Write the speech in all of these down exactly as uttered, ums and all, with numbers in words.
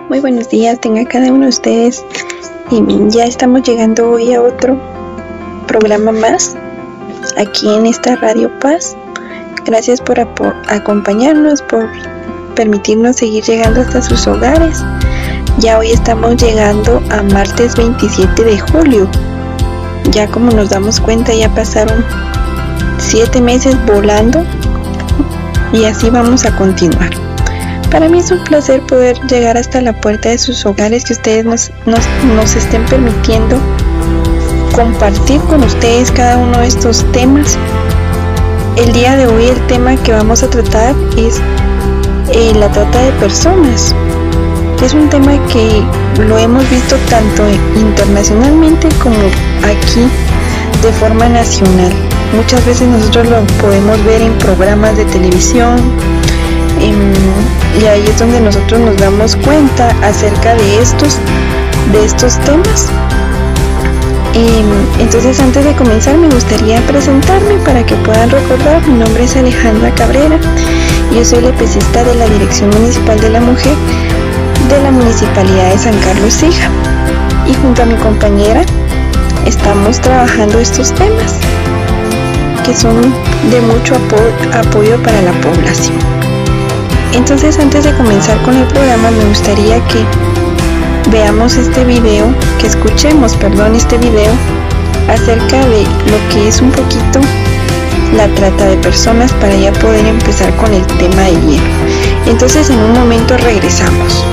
Muy buenos días, tenga cada uno de ustedes. Y ya estamos llegando hoy a otro programa más aquí en esta Radio Paz. Gracias por, por acompañarnos, por permitirnos seguir llegando hasta sus hogares. Ya hoy estamos llegando a martes veintisiete de julio. Ya como nos damos cuenta, ya pasaron siete meses volando y así vamos a continuar. Para mí es un placer poder llegar hasta la puerta de sus hogares, que ustedes nos, nos, nos estén permitiendo compartir con ustedes cada uno de estos temas. El día de hoy el tema que vamos a tratar es eh, la trata de personas, que es un tema que lo hemos visto tanto internacionalmente como aquí de forma nacional. Muchas veces nosotros lo podemos ver en programas de televisión, en, y ahí es donde nosotros nos damos cuenta acerca de estos, de estos temas. Eh, entonces, antes de comenzar, me gustaría presentarme para que puedan recordar. Mi nombre es Alejandra Cabrera, yo soy lepecista de la Dirección Municipal de la Mujer de la Municipalidad de San Carlos Sija, y junto a mi compañera estamos trabajando estos temas que son de mucho apo- apoyo para la población. Entonces, antes de comenzar con el programa, me gustaría que veamos este video, que escuchemos, perdón, este video acerca de lo que es un poquito la trata de personas, para ya poder empezar con el tema de lleno. Entonces, en un momento regresamos.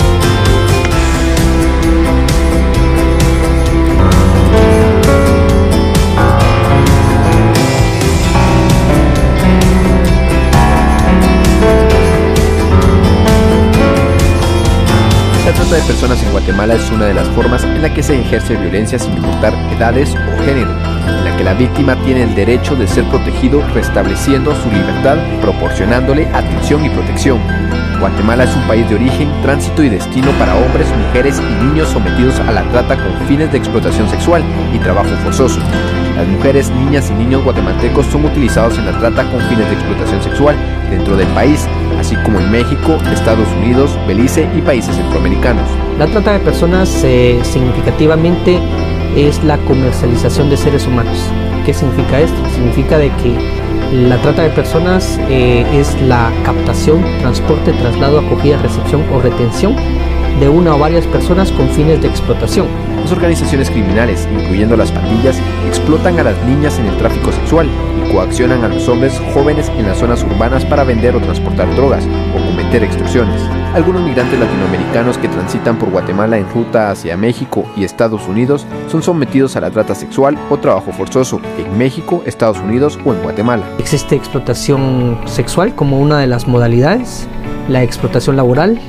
La trata de personas en Guatemala es una de las formas en la que se ejerce violencia sin importar edades o género, en la que la víctima tiene el derecho de ser protegido, restableciendo su libertad, proporcionándole atención y protección. Guatemala es un país de origen, tránsito y destino para hombres, mujeres y niños sometidos a la trata con fines de explotación sexual y trabajo forzoso. Las mujeres, niñas y niños guatemaltecos son utilizados en la trata con fines de explotación sexual dentro del país, así como en México, Estados Unidos, Belice y países centroamericanos. La trata de personas eh, significativamente es la comercialización de seres humanos. ¿Qué significa esto? Significa de que la trata de personas eh, es la captación, transporte, traslado, acogida, recepción o retención de una o varias personas con fines de explotación. Las organizaciones criminales, incluyendo las pandillas, explotan a las niñas en el tráfico sexual y coaccionan a los hombres jóvenes en las zonas urbanas para vender o transportar drogas o cometer extorsiones. Algunos migrantes latinoamericanos que transitan por Guatemala en ruta hacia México y Estados Unidos son sometidos a la trata sexual o trabajo forzoso en México, Estados Unidos o en Guatemala. Existe explotación sexual como una de las modalidades, la explotación laboral,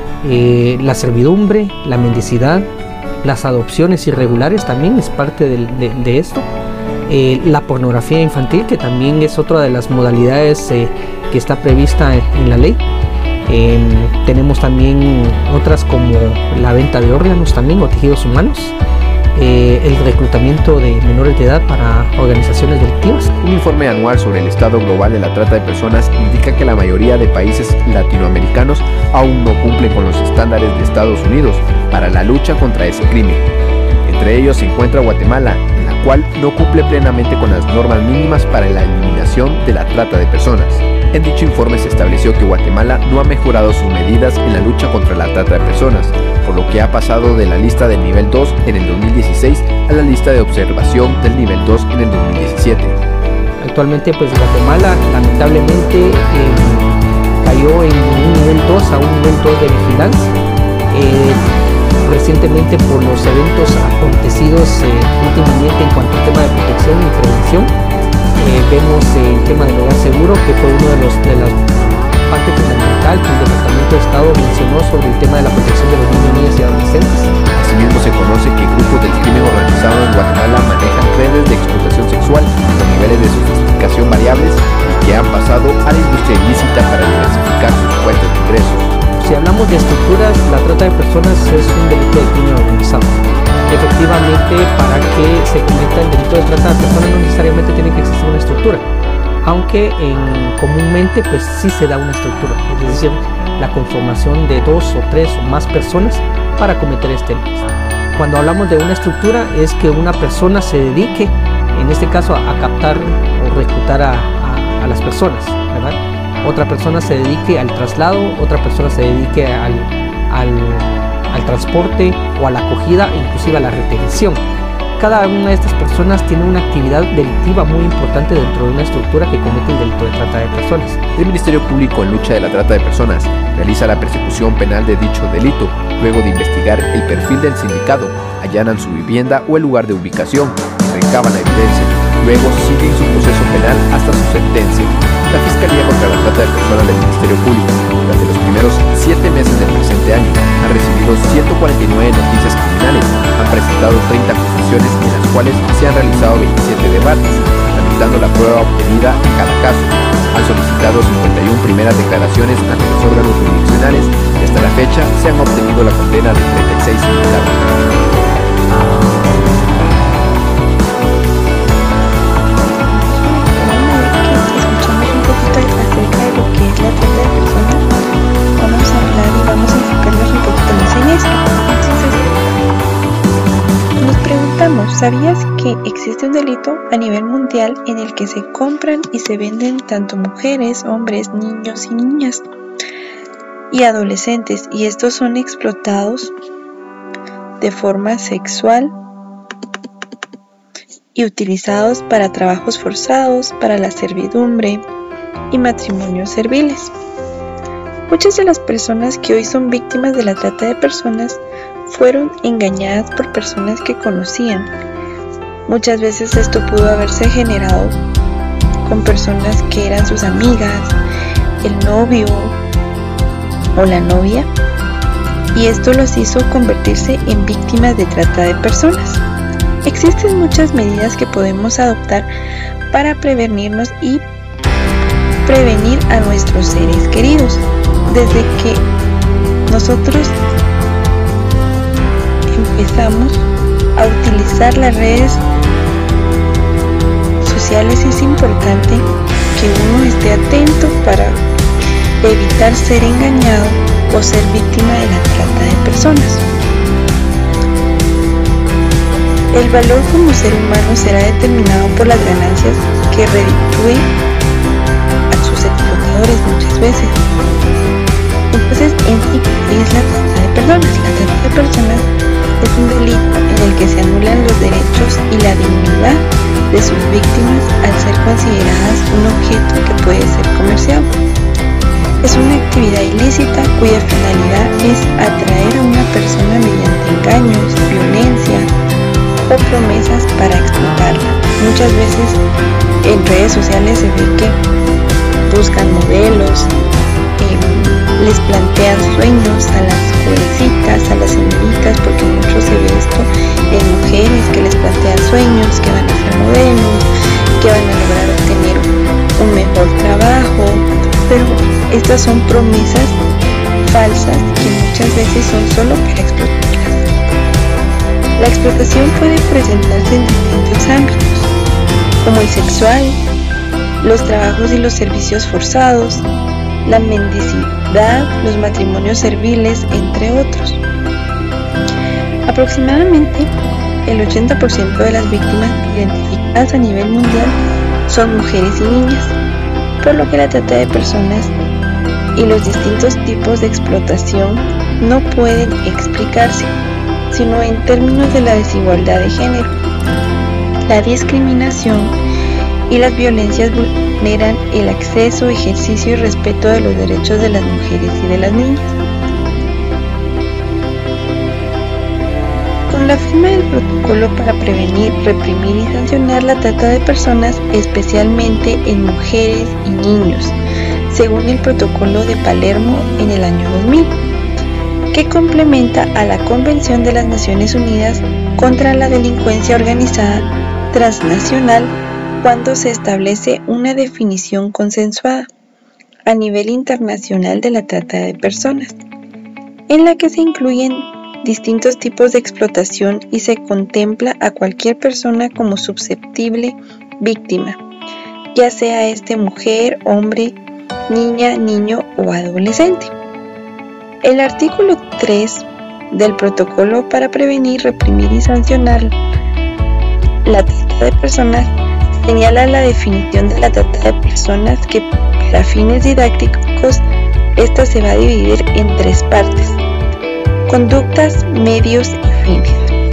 eh, la servidumbre, la mendicidad, las adopciones irregulares también es parte de, de, de esto, eh, la pornografía infantil, que también es otra de las modalidades eh, que está prevista en, en la ley. Eh, tenemos también otras como la venta de órganos también o tejidos humanos, eh, el reclutamiento de menores de edad para organizaciones delictivas. Un informe anual sobre el estado global de la trata de personas indica que la mayoría de países latinoamericanos aún no cumplen con los estándares de Estados Unidos para la lucha contra ese crimen. Entre ellos se encuentra Guatemala, en la cual no cumple plenamente con las normas mínimas para la eliminación de la trata de personas. En dicho informe se estableció que Guatemala no ha mejorado sus medidas en la lucha contra la trata de personas, por lo que ha pasado de la lista del nivel dos en el dos mil dieciséis a la lista de observación del nivel dos en el dos mil diecisiete. Actualmente, pues Guatemala lamentablemente eh, cayó en un nivel dos a un nivel dos de vigilancia. Eh, recientemente, por los eventos acontecidos eh, últimamente en cuanto al tema de protección y prevención, eh, vemos eh, el tema del hogar seguro, que fue uno de los de las partes fundamentales que el Departamento de Estado mencionó sobre el tema de la protección de los niños, niñas y adolescentes. Asimismo, se conoce que grupos del crimen organizado en Guatemala manejan redes de explotación sexual con niveles de sofisticación variables y que han pasado a la industria ilícita para diversificar sus fuentes de ingresos. Si hablamos de estructuras, la trata de personas es un delito de crimen organizado. Efectivamente, para que se cometa el delito de trata de personas no necesariamente tiene que existir una estructura. aunque en, comúnmente pues sí se da una estructura, es decir, la conformación de dos o tres o más personas para cometer este delito. Cuando hablamos de una estructura es que una persona se dedique, en este caso, a, a captar o reclutar a, a, a las personas, ¿verdad? Otra persona se dedique al traslado, otra persona se dedique al, al, al transporte o a la acogida, inclusive a la retención. Cada una de estas personas tiene una actividad delictiva muy importante dentro de una estructura que comete el delito de trata de personas. El Ministerio Público en lucha de la trata de personas realiza la persecución penal de dicho delito. Luego de investigar el perfil del sindicado, allanan su vivienda o el lugar de ubicación, recaban la evidencia. Luego siguen su proceso penal hasta su sentencia. La Fiscalía contra la Trata de Personas del Ministerio Público, durante los primeros siete meses del presente año, ha recibido ciento cuarenta y nueve noticias criminales, han presentado treinta acusaciones en las cuales se han realizado veintisiete debates, tramitando la prueba obtenida en cada caso. Han solicitado cincuenta y una primeras declaraciones ante los órganos jurisdiccionales y hasta la fecha se han obtenido la condena de treinta y seis sindicatos. ¿Sabías que existe un delito a nivel mundial en el que se compran y se venden tanto mujeres, hombres, niños y niñas y adolescentes, y estos son explotados de forma sexual y utilizados para trabajos forzados, para la servidumbre y matrimonios serviles? Muchas de las personas que hoy son víctimas de la trata de personas fueron engañadas por personas que conocían. Muchas veces esto pudo haberse generado con personas que eran sus amigas, el novio o la novia, y esto los hizo convertirse en víctimas de trata de personas. Existen muchas medidas que podemos adoptar para prevenirnos y prevenir a nuestros seres queridos. Desde que nosotros empezamos a utilizar las redes sociales, es importante que uno esté atento para evitar ser engañado o ser víctima de la trata de personas. El valor como ser humano será determinado por las ganancias que reditúe a sus explotadores muchas veces. Entonces, en sí, ¿qué es la trata de personas? La trata de personas es un delito en el que se anulan los derechos y la dignidad de sus víctimas al ser consideradas un objeto que puede ser comerciado. Es una actividad ilícita cuya finalidad es atraer a una persona mediante engaños, violencia o promesas para explotarla. Muchas veces en redes sociales se ve que buscan modelos, eh, les plantean sueños a las jovencitas, a las señoritas, porque mucho se ve esto en mujeres que les plantean sueños, que van a ser modelos, que van a lograr obtener un mejor trabajo, pero estas son promesas falsas que muchas veces son solo para explotarlas. La explotación puede presentarse en distintos ámbitos, como el sexual, los trabajos y los servicios forzados, la mendicidad, los matrimonios serviles, entre otros. Aproximadamente el ochenta por ciento de las víctimas identificadas a nivel mundial son mujeres y niñas, por lo que la trata de personas y los distintos tipos de explotación no pueden explicarse, sino en términos de la desigualdad de género. La discriminación y las violencias vulneran el acceso, ejercicio y respeto de los derechos de las mujeres y de las niñas. Con la firma del protocolo para prevenir, reprimir y sancionar la trata de personas, especialmente en mujeres y niños, según el protocolo de Palermo en el año dos mil, que complementa a la Convención de las Naciones Unidas contra la Delincuencia Organizada Transnacional, cuando se establece una definición consensuada a nivel internacional de la trata de personas, en la que se incluyen distintos tipos de explotación y se contempla a cualquier persona como susceptible víctima, ya sea este mujer, hombre, niña, niño o adolescente. El artículo tres del Protocolo para prevenir, reprimir y sancionar la trata de personas señala la definición de la trata de personas, que para fines didácticos esta se va a dividir en tres partes: conductas, medios y fines.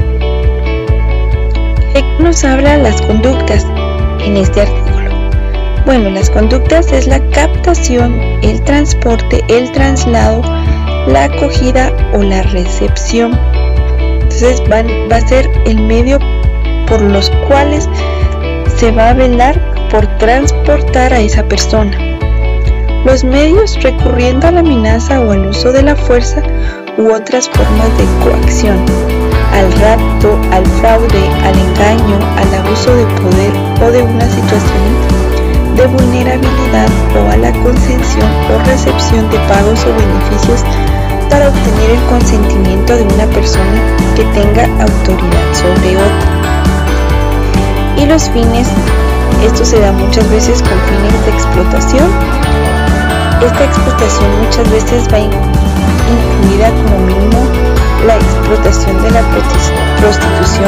¿De qué nos habla las conductas en este artículo? Bueno, las conductas es la captación, el transporte, el traslado, la acogida o la recepción. Entonces van, va a ser el medio por los cuales se va a velar por transportar a esa persona. Los medios recurriendo a la amenaza o al uso de la fuerza u otras formas de coacción, al rapto, al fraude, al engaño, al abuso de poder o de una situación de vulnerabilidad, o a la concesión o recepción de pagos o beneficios para obtener el consentimiento de una persona que tenga autoridad sobre otra. Y los fines, esto se da muchas veces con fines de explotación. Esta explotación muchas veces va incluida como mínimo la explotación de la prostitución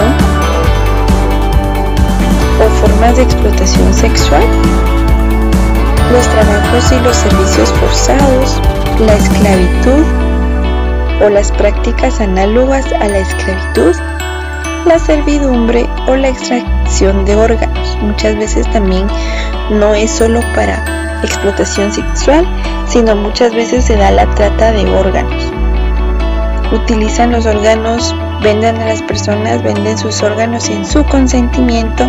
o formas de explotación sexual, los trabajos y los servicios forzados, la esclavitud o las prácticas análogas a la esclavitud, la servidumbre o la extracción de órganos. Muchas veces también no es solo para explotación sexual, sino muchas veces se da la trata de órganos. Utilizan los órganos, venden a las personas, venden sus órganos sin su consentimiento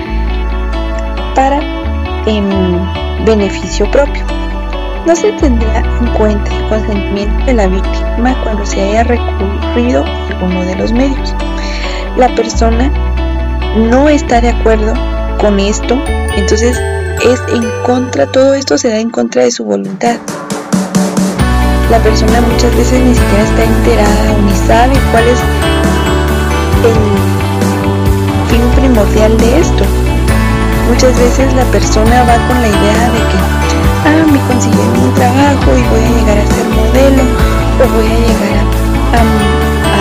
para eh, beneficio propio. No se tendrá en cuenta el consentimiento de la víctima cuando se haya recurrido a alguno de los medios. La persona no está de acuerdo con esto, entonces es en contra, todo esto se da en contra de su voluntad. La persona muchas veces ni siquiera está enterada o ni sabe cuál es el fin primordial de esto. Muchas veces la persona va con la idea de que ah, me consiguieron un trabajo y voy a llegar a ser modelo, o voy a llegar a, a,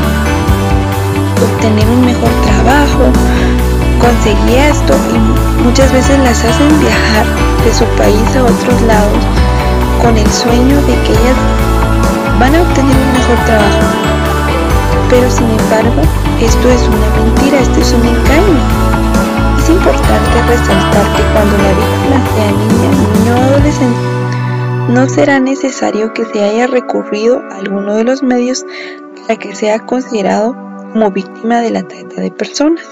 a obtener un mejor trabajo, conseguí esto, y muchas veces las hacen viajar de su país a otros lados con el sueño de que ellas van a obtener un mejor trabajo. Pero sin embargo, esto es una mentira, esto es un engaño. Es importante resaltar que cuando la víctima sea niña, niño o adolescente, no será necesario que se haya recurrido a alguno de los medios para que sea considerado como víctima de la trata de personas.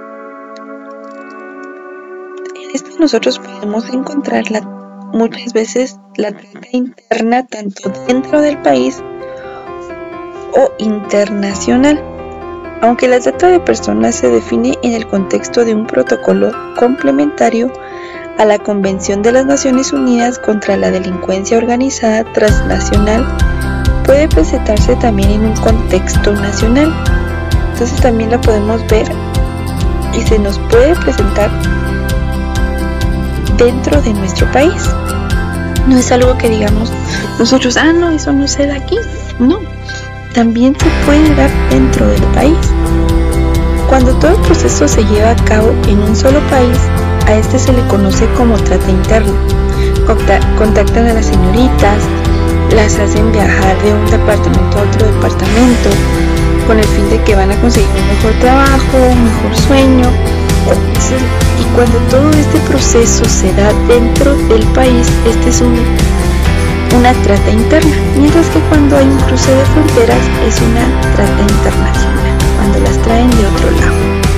En esto nosotros podemos encontrar la, muchas veces la trata interna, tanto dentro del país o internacional. Aunque la trata de personas se define en el contexto de un protocolo complementario a la Convención de las Naciones Unidas contra la Delincuencia Organizada Transnacional, puede presentarse también en un contexto nacional. Entonces también la podemos ver y se nos puede presentar dentro de nuestro país. No es algo que digamos nosotros, ah no, eso no se da aquí. No, también se puede dar dentro del país. Cuando todo el proceso se lleva a cabo en un solo país, a este se le conoce como trata interna. Contactan a las señoritas, las hacen viajar de un departamento a otro departamento, con el fin de que van a conseguir un mejor trabajo, un mejor sueño. Y cuando todo este proceso se da dentro del país, este es un una trata interna, mientras que cuando hay un cruce de fronteras es una trata internacional, cuando las traen de otro lado.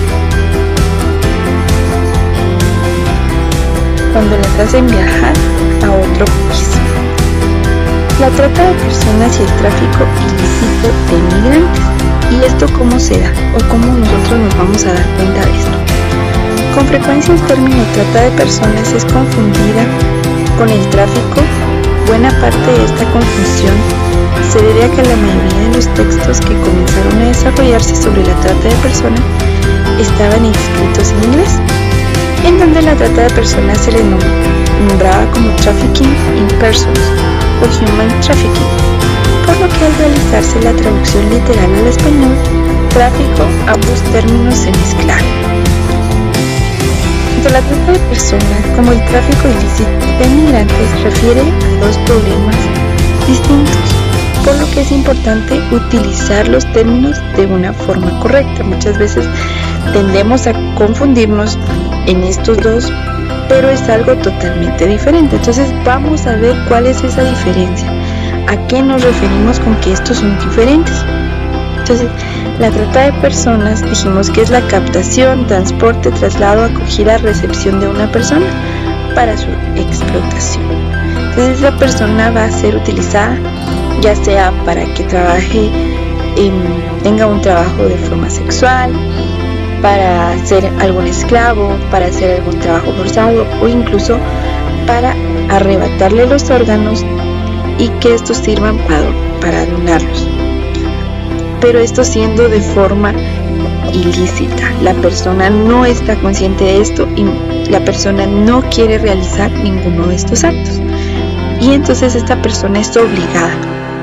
Cuando las hacen viajar a otro país. La trata de personas y el tráfico ilícito de migrantes. ¿Y esto cómo se da? ¿O cómo nosotros nos vamos a dar cuenta de esto? Con frecuencia el término trata de personas es confundida con el tráfico. Buena parte de esta confusión se debe a que la mayoría de los textos que comenzaron a desarrollarse sobre la trata de personas estaban escritos en inglés. En en donde la trata de personas se le nombraba como trafficking in persons o human trafficking, por lo que al realizarse la traducción literal al español, tráfico, ambos términos se mezclaron. Tanto la trata de personas como el tráfico ilícito de migrantes refiere a dos problemas distintos, por lo que es importante utilizar los términos de una forma correcta. Muchas veces tendemos a confundirnos en estos dos, pero es algo totalmente diferente. Entonces vamos a ver cuál es esa diferencia, a qué nos referimos con que estos son diferentes. Entonces, la trata de personas dijimos que es la captación, transporte, traslado, acogida, recepción de una persona para su explotación. Entonces la persona va a ser utilizada ya sea para que trabaje, en, tenga un trabajo de forma sexual, para ser algún esclavo, para hacer algún trabajo forzado o incluso para arrebatarle los órganos y que estos sirvan para, para donarlos. Pero esto siendo de forma ilícita. La persona no está consciente de esto y la persona no quiere realizar ninguno de estos actos. Y entonces esta persona está obligada.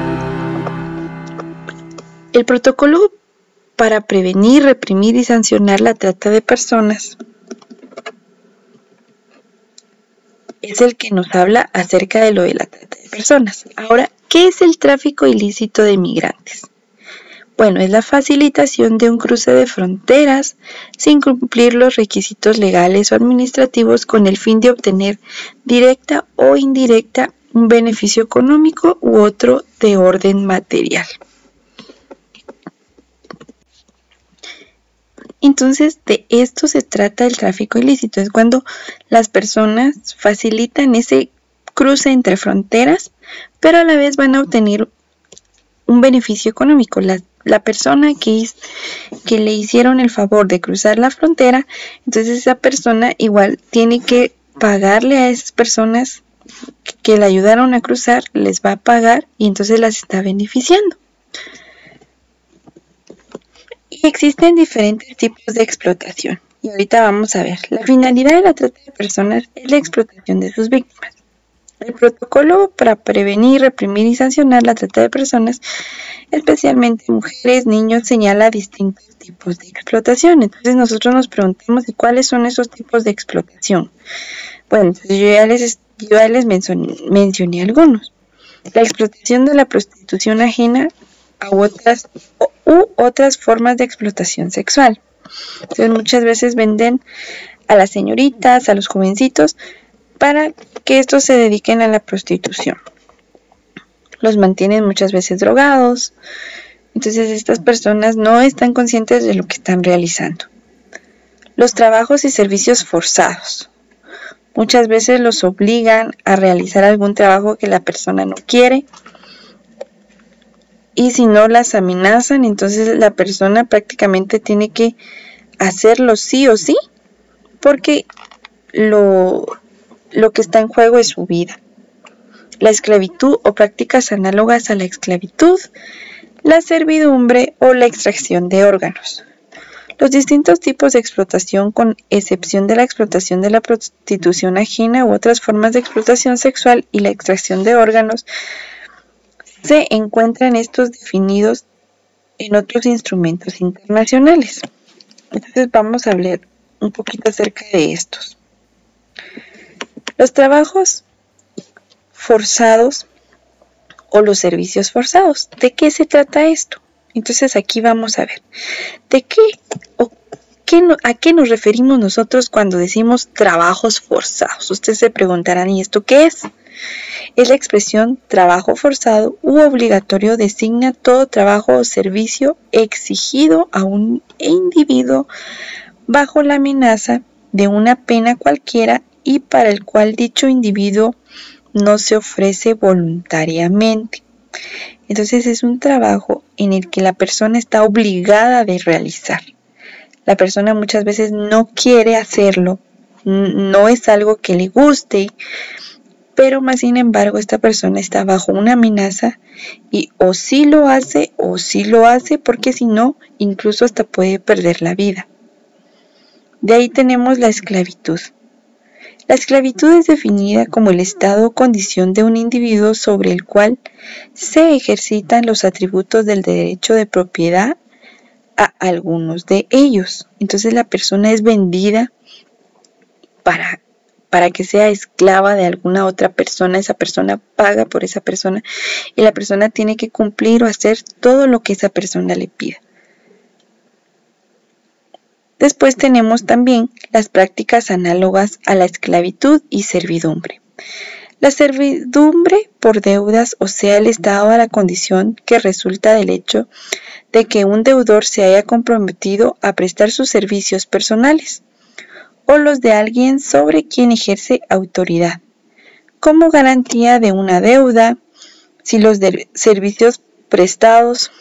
El protocolo para prevenir, reprimir y sancionar la trata de personas es el que nos habla acerca de lo de la trata de personas. Ahora, ¿qué es el tráfico ilícito de migrantes? Bueno, es la facilitación de un cruce de fronteras sin cumplir los requisitos legales o administrativos con el fin de obtener directa o indirecta un beneficio económico u otro de orden material. Entonces, de esto se trata el tráfico ilícito. Es cuando las personas facilitan ese cruce entre fronteras, pero a la vez van a obtener un beneficio económico. La, la persona que, que le hicieron el favor de cruzar la frontera, entonces esa persona igual tiene que pagarle a esas personas que le ayudaron a cruzar, les va a pagar y entonces las está beneficiando. Y existen diferentes tipos de explotación. Y ahorita vamos a ver. La finalidad de la trata de personas es la explotación de sus víctimas. El protocolo para prevenir, reprimir y sancionar la trata de personas, especialmente mujeres, niños, señala distintos tipos de explotación. Entonces nosotros nos preguntamos ¿y cuáles son esos tipos de explotación? Bueno, yo ya les, yo ya les mencioné, mencioné algunos. La explotación de la prostitución ajena a otras u otras formas de explotación sexual. Entonces muchas veces venden a las señoritas, a los jovencitos, para que estos se dediquen a la prostitución. Los mantienen muchas veces drogados. Entonces estas personas no están conscientes de lo que están realizando. Los trabajos y servicios forzados. Muchas veces los obligan a realizar algún trabajo que la persona no quiere. Y si no las amenazan, entonces la persona prácticamente tiene que hacerlo sí o sí, porque lo, lo que está en juego es su vida. La esclavitud o prácticas análogas a la esclavitud, la servidumbre o la extracción de órganos. Los distintos tipos de explotación, con excepción de la explotación de la prostitución ajena u otras formas de explotación sexual y la extracción de órganos, se encuentran estos definidos en otros instrumentos internacionales. Entonces vamos a hablar un poquito acerca de estos. Los trabajos forzados o los servicios forzados. ¿De qué se trata esto? Entonces aquí vamos a ver. ¿De qué o qué no, a qué nos referimos nosotros cuando decimos trabajos forzados? Ustedes se preguntarán, ¿y esto qué es? Es la expresión trabajo forzado u obligatorio, designa todo trabajo o servicio exigido a un individuo bajo la amenaza de una pena cualquiera y para el cual dicho individuo no se ofrece voluntariamente. Entonces es un trabajo en el que la persona está obligada de realizar. La persona muchas veces no quiere hacerlo, no es algo que le guste, pero más sin embargo esta persona está bajo una amenaza y o sí lo hace o sí lo hace porque si no, incluso hasta puede perder la vida. De ahí tenemos la esclavitud. La esclavitud es definida como el estado o condición de un individuo sobre el cual se ejercitan los atributos del derecho de propiedad a algunos de ellos. Entonces la persona es vendida para, para que sea esclava de alguna otra persona. Esa persona paga por esa persona y la persona tiene que cumplir o hacer todo lo que esa persona le pida. Después tenemos también las prácticas análogas a la esclavitud y servidumbre. La servidumbre por deudas, o sea, el estado a la condición que resulta del hecho de que un deudor se haya comprometido a prestar sus servicios personales o los de alguien sobre quien ejerce autoridad, como garantía de una deuda, si los de servicios prestados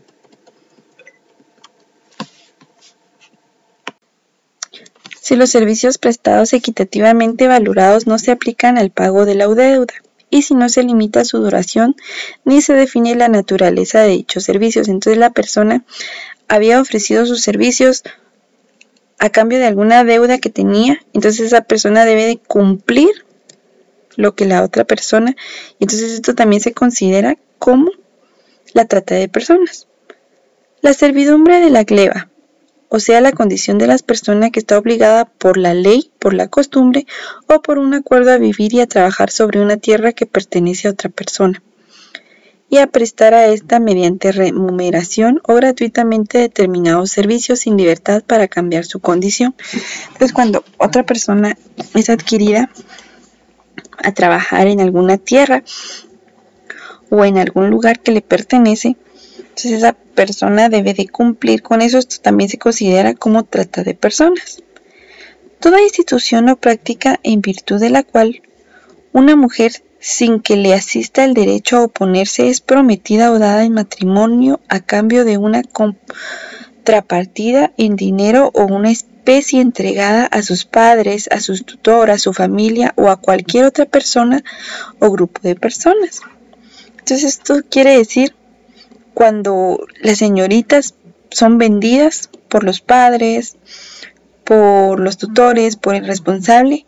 si los servicios prestados equitativamente valorados no se aplican al pago de la deuda, y si no se limita su duración ni se define la naturaleza de dichos servicios. Entonces la persona había ofrecido sus servicios a cambio de alguna deuda que tenía, entonces esa persona debe de cumplir lo que la otra persona, y entonces esto también se considera como la trata de personas. La servidumbre de la gleba, o sea, la condición de las personas que está obligada por la ley, por la costumbre o por un acuerdo a vivir y a trabajar sobre una tierra que pertenece a otra persona y a prestar a esta mediante remuneración o gratuitamente determinados servicios sin libertad para cambiar su condición. Entonces, cuando otra persona es adquirida a trabajar en alguna tierra o en algún lugar que le pertenece, entonces esa persona debe de cumplir con eso. Esto también se considera como trata de personas. Toda institución o práctica en virtud de la cual una mujer, sin que le asista el derecho a oponerse, es prometida o dada en matrimonio a cambio de una contrapartida en dinero o una especie entregada a sus padres, a sus tutores, a su familia o a cualquier otra persona o grupo de personas. Entonces esto quiere decir cuando las señoritas son vendidas por los padres, por los tutores, por el responsable.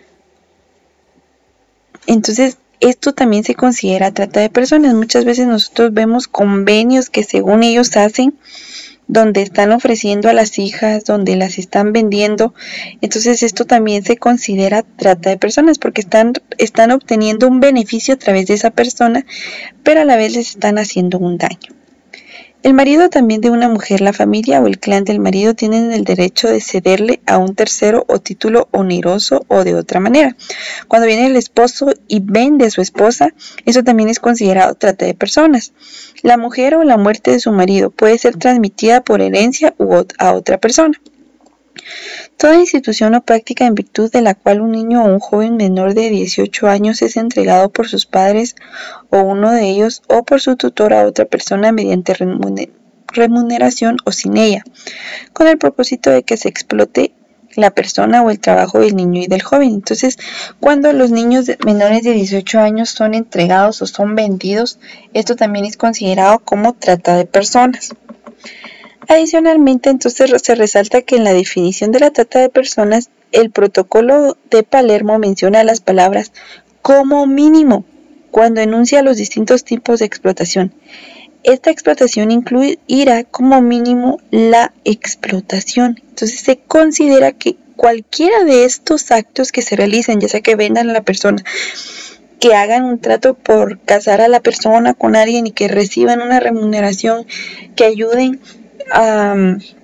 Entonces, esto también se considera trata de personas. Muchas veces nosotros vemos convenios que según ellos hacen, donde están ofreciendo a las hijas, donde las están vendiendo. Entonces, esto también se considera trata de personas porque están, están obteniendo un beneficio a través de esa persona, pero a la vez les están haciendo un daño. El marido también de una mujer, la familia o el clan del marido tienen el derecho de cederle a un tercero o título oneroso o de otra manera. Cuando viene el esposo y vende a su esposa, eso también es considerado trata de personas. La mujer o la muerte de su marido puede ser transmitida por herencia u a otra persona. Toda institución o práctica en virtud de la cual un niño o un joven menor de dieciocho años es entregado por sus padres o uno de ellos o por su tutor a otra persona mediante remuneración o sin ella, con el propósito de que se explote la persona o el trabajo del niño y del joven. Entonces, cuando los niños menores de dieciocho años son entregados o son vendidos, esto también es considerado como trata de personas. Adicionalmente, entonces se resalta que en la definición de la trata de personas, el protocolo de Palermo menciona las palabras como mínimo cuando enuncia los distintos tipos de explotación. Esta explotación incluirá como mínimo la explotación. Entonces se considera que cualquiera de estos actos que se realicen, ya sea que vendan a la persona, que hagan un trato por casar a la persona con alguien y que reciban una remuneración, que ayuden a,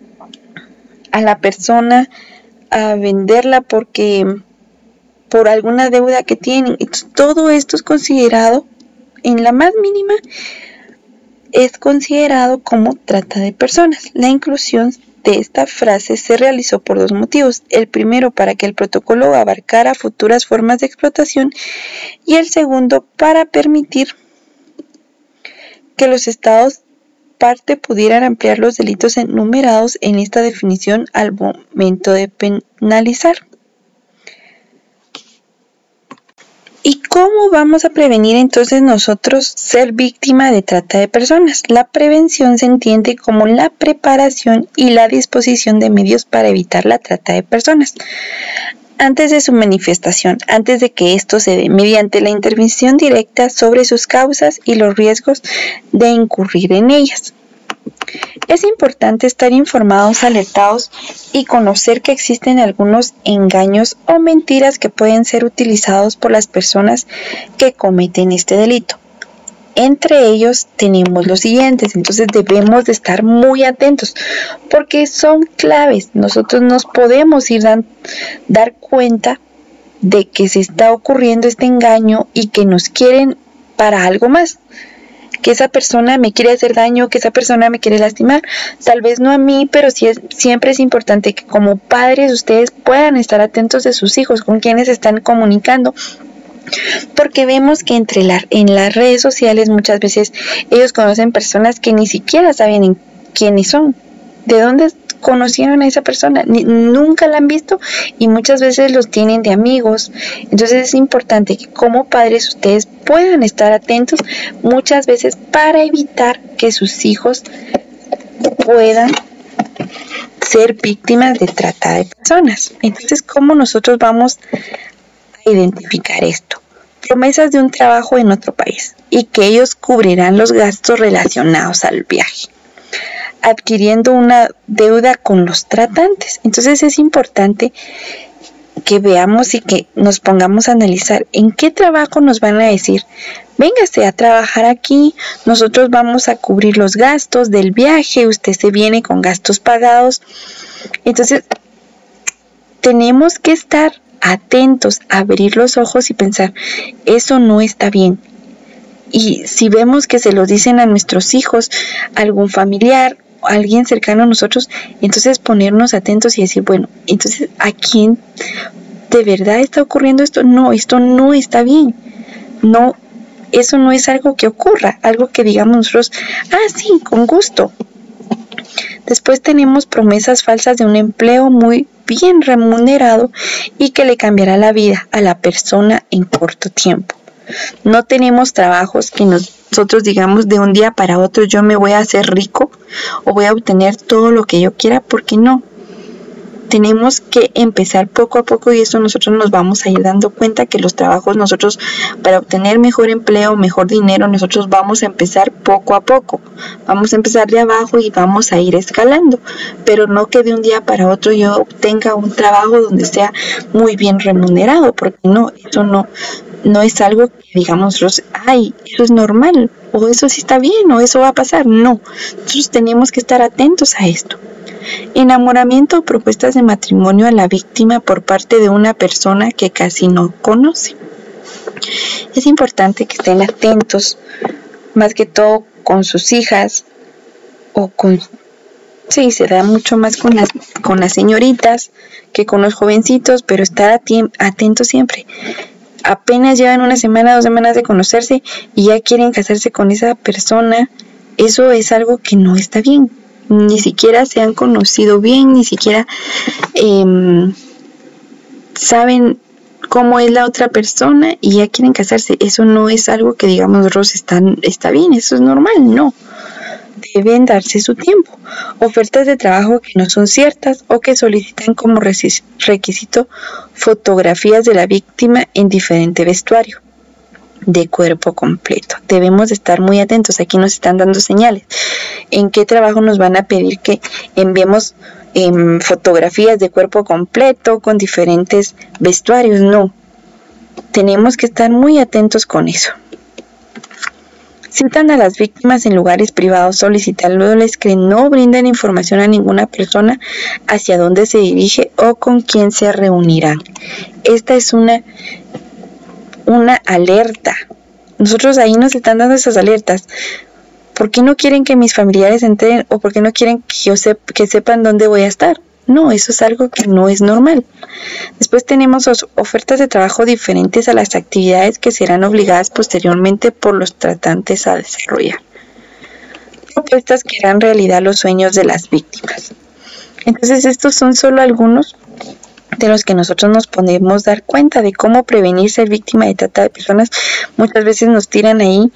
a la persona a venderla porque por alguna deuda que tienen. Entonces, todo esto es considerado, en la más mínima, es considerado como trata de personas. La inclusión de esta frase se realizó por dos motivos. El primero, para que el protocolo abarcara futuras formas de explotación, y el segundo, para permitir que los estados parte pudieran ampliar los delitos enumerados en esta definición al momento de penalizar. ¿Y cómo vamos a prevenir entonces nosotros ser víctima de trata de personas? La prevención se entiende como la preparación y la disposición de medios para evitar la trata de personas. antes de su manifestación, antes de que esto se dé, mediante la intervención directa sobre sus causas y los riesgos de incurrir en ellas. Es importante estar informados, alertados y conocer que existen algunos engaños o mentiras que pueden ser utilizados por las personas que cometen este delito. Entre ellos tenemos los siguientes, entonces debemos de estar muy atentos porque son claves. Nosotros nos podemos ir a dar cuenta de que se está ocurriendo este engaño y que nos quieren para algo más. Que esa persona me quiere hacer daño, que esa persona me quiere lastimar, tal vez no a mí, pero sí es, siempre es importante que como padres ustedes puedan estar atentos de sus hijos, con quienes están comunicando, porque vemos que entre la, en las redes sociales muchas veces ellos conocen personas que ni siquiera saben quiénes son, de dónde conocieron a esa persona, ni, nunca la han visto y muchas veces los tienen de amigos. Entonces es importante que como padres ustedes puedan estar atentos muchas veces para evitar que sus hijos puedan ser víctimas de trata de personas. Entonces, ¿cómo nosotros vamos a identificar esto? Promesas de un trabajo en otro país y que ellos cubrirán los gastos relacionados al viaje, adquiriendo una deuda con los tratantes. Entonces es importante que veamos y que nos pongamos a analizar en qué trabajo nos van a decir, véngase a trabajar aquí, nosotros vamos a cubrir los gastos del viaje, usted se viene con gastos pagados. Entonces tenemos que estar atentos, abrir los ojos y pensar, eso no está bien. Y si vemos que se lo dicen a nuestros hijos, algún familiar, alguien cercano a nosotros, entonces ponernos atentos y decir, bueno, entonces ¿a quién de verdad está ocurriendo esto? No, esto no está bien. No, eso no es algo que ocurra, algo que digamos nosotros, ah, sí, con gusto. Después tenemos promesas falsas de un empleo muy bien remunerado y que le cambiará la vida a la persona en corto tiempo. No tenemos trabajos que nosotros digamos de un día para otro yo me voy a hacer rico o voy a obtener todo lo que yo quiera, porque no. Tenemos que empezar poco a poco y eso nosotros nos vamos a ir dando cuenta que los trabajos nosotros para obtener mejor empleo, mejor dinero, nosotros vamos a empezar poco a poco. Vamos a empezar de abajo y vamos a ir escalando, pero no que de un día para otro yo obtenga un trabajo donde sea muy bien remunerado, porque no, eso no, no es algo que digamos nosotros, ay, eso es normal, o eso sí está bien, o eso va a pasar. No, nosotros tenemos que estar atentos a esto. Enamoramiento o propuestas de matrimonio a la víctima por parte de una persona que casi no conoce. Es importante que estén atentos, más que todo con sus hijas o con, sí, se da mucho más con las, con las señoritas que con los jovencitos, pero estar atentos siempre. Apenas llevan una semana, dos semanas de conocerse y ya quieren casarse con esa persona. Eso es algo que no está bien. Ni siquiera se han conocido bien, ni siquiera eh, saben cómo es la otra persona y ya quieren casarse. Eso no es algo que digamos nosotros están, está bien, eso es normal, no. Deben darse su tiempo. Ofertas de trabajo que no son ciertas o que solicitan como requisito fotografías de la víctima en diferente vestuario de cuerpo completo. Debemos de estar muy atentos. Aquí nos están dando señales. ¿En qué trabajo nos van a pedir que enviemos eh, fotografías de cuerpo completo con diferentes vestuarios? No. Tenemos que estar muy atentos con eso. Citan a las víctimas en lugares privados solicitándoles que no brinden información a ninguna persona hacia dónde se dirige o con quién se reunirán. Esta es una una alerta. Nosotros ahí nos están dando esas alertas. ¿Por qué no quieren que mis familiares se enteren o por qué no quieren que yo sep que sepan dónde voy a estar? No, eso es algo que no es normal. Después tenemos ofertas de trabajo diferentes a las actividades que serán obligadas posteriormente por los tratantes a desarrollar. Propuestas que harán realidad los sueños de las víctimas. Entonces estos son solo algunos de los que nosotros nos podemos dar cuenta de cómo prevenir ser víctima de trata de personas. Muchas veces nos tiran ahí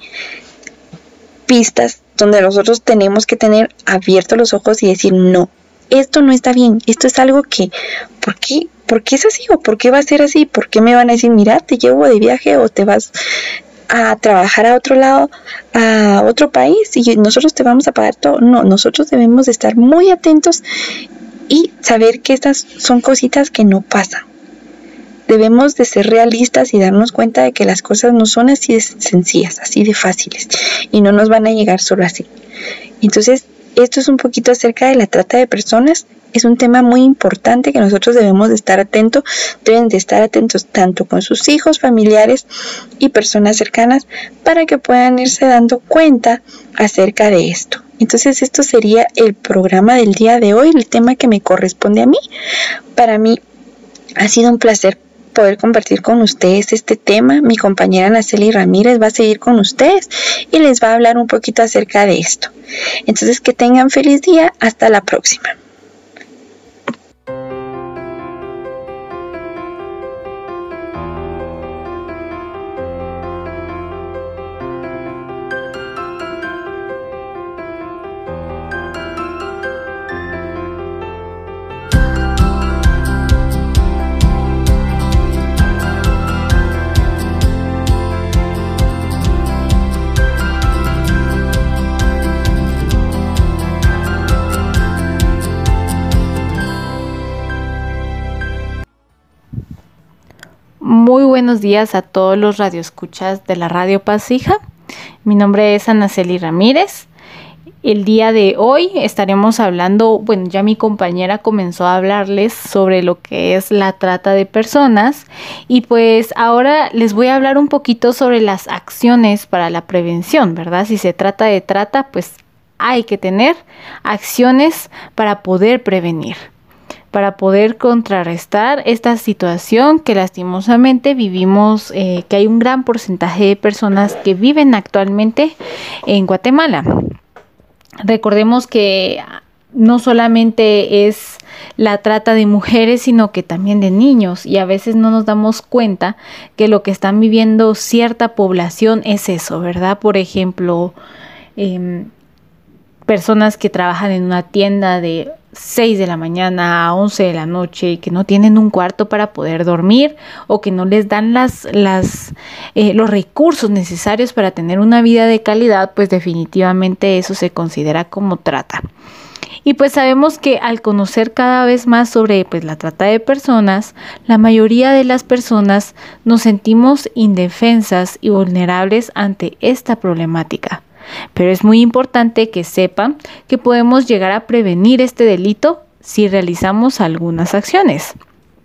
pistas donde nosotros tenemos que tener abiertos los ojos y decir no, esto no está bien, esto es algo que, ¿por qué ¿por qué es así? ¿O por qué va a ser así? ¿Por qué me van a decir, mira, te llevo de viaje o te vas a trabajar a otro lado, a otro país y nosotros te vamos a pagar todo? No, nosotros debemos de estar muy atentos y saber que estas son cositas que no pasan. Debemos de ser realistas y darnos cuenta de que las cosas no son así de sencillas, así de fáciles y no nos van a llegar solo así. Entonces, esto es un poquito acerca de la trata de personas. Es un tema muy importante que nosotros debemos de estar atentos, deben de estar atentos tanto con sus hijos, familiares y personas cercanas para que puedan irse dando cuenta acerca de esto. Entonces esto sería el programa del día de hoy, el tema que me corresponde a mí. Para mí ha sido un placer poder compartir con ustedes este tema. Mi compañera Naceli Ramírez va a seguir con ustedes y les va a hablar un poquito acerca de esto. Entonces que tengan feliz día, hasta la próxima. Muy buenos días a todos los radioescuchas de la Radio Paz Hija. Mi nombre es Naceli Ramírez. El día de hoy estaremos hablando, bueno, ya mi compañera comenzó a hablarles sobre lo que es la trata de personas y pues ahora les voy a hablar un poquito sobre las acciones para la prevención, ¿verdad? Si se trata de trata, pues hay que tener acciones para poder prevenir, para poder contrarrestar esta situación que lastimosamente vivimos, eh, que hay un gran porcentaje de personas que viven actualmente en Guatemala. Recordemos que no solamente es la trata de mujeres, sino que también de niños, y a veces no nos damos cuenta que lo que están viviendo cierta población es eso, ¿verdad? Por ejemplo, eh, personas que trabajan en una tienda de seis de la mañana a once de la noche y que no tienen un cuarto para poder dormir o que no les dan las, las, eh, los recursos necesarios para tener una vida de calidad, pues definitivamente eso se considera como trata. Y pues sabemos que al conocer cada vez más sobre pues, la trata de personas, la mayoría de las personas nos sentimos indefensas y vulnerables ante esta problemática. Pero es muy importante que sepan que podemos llegar a prevenir este delito si realizamos algunas acciones.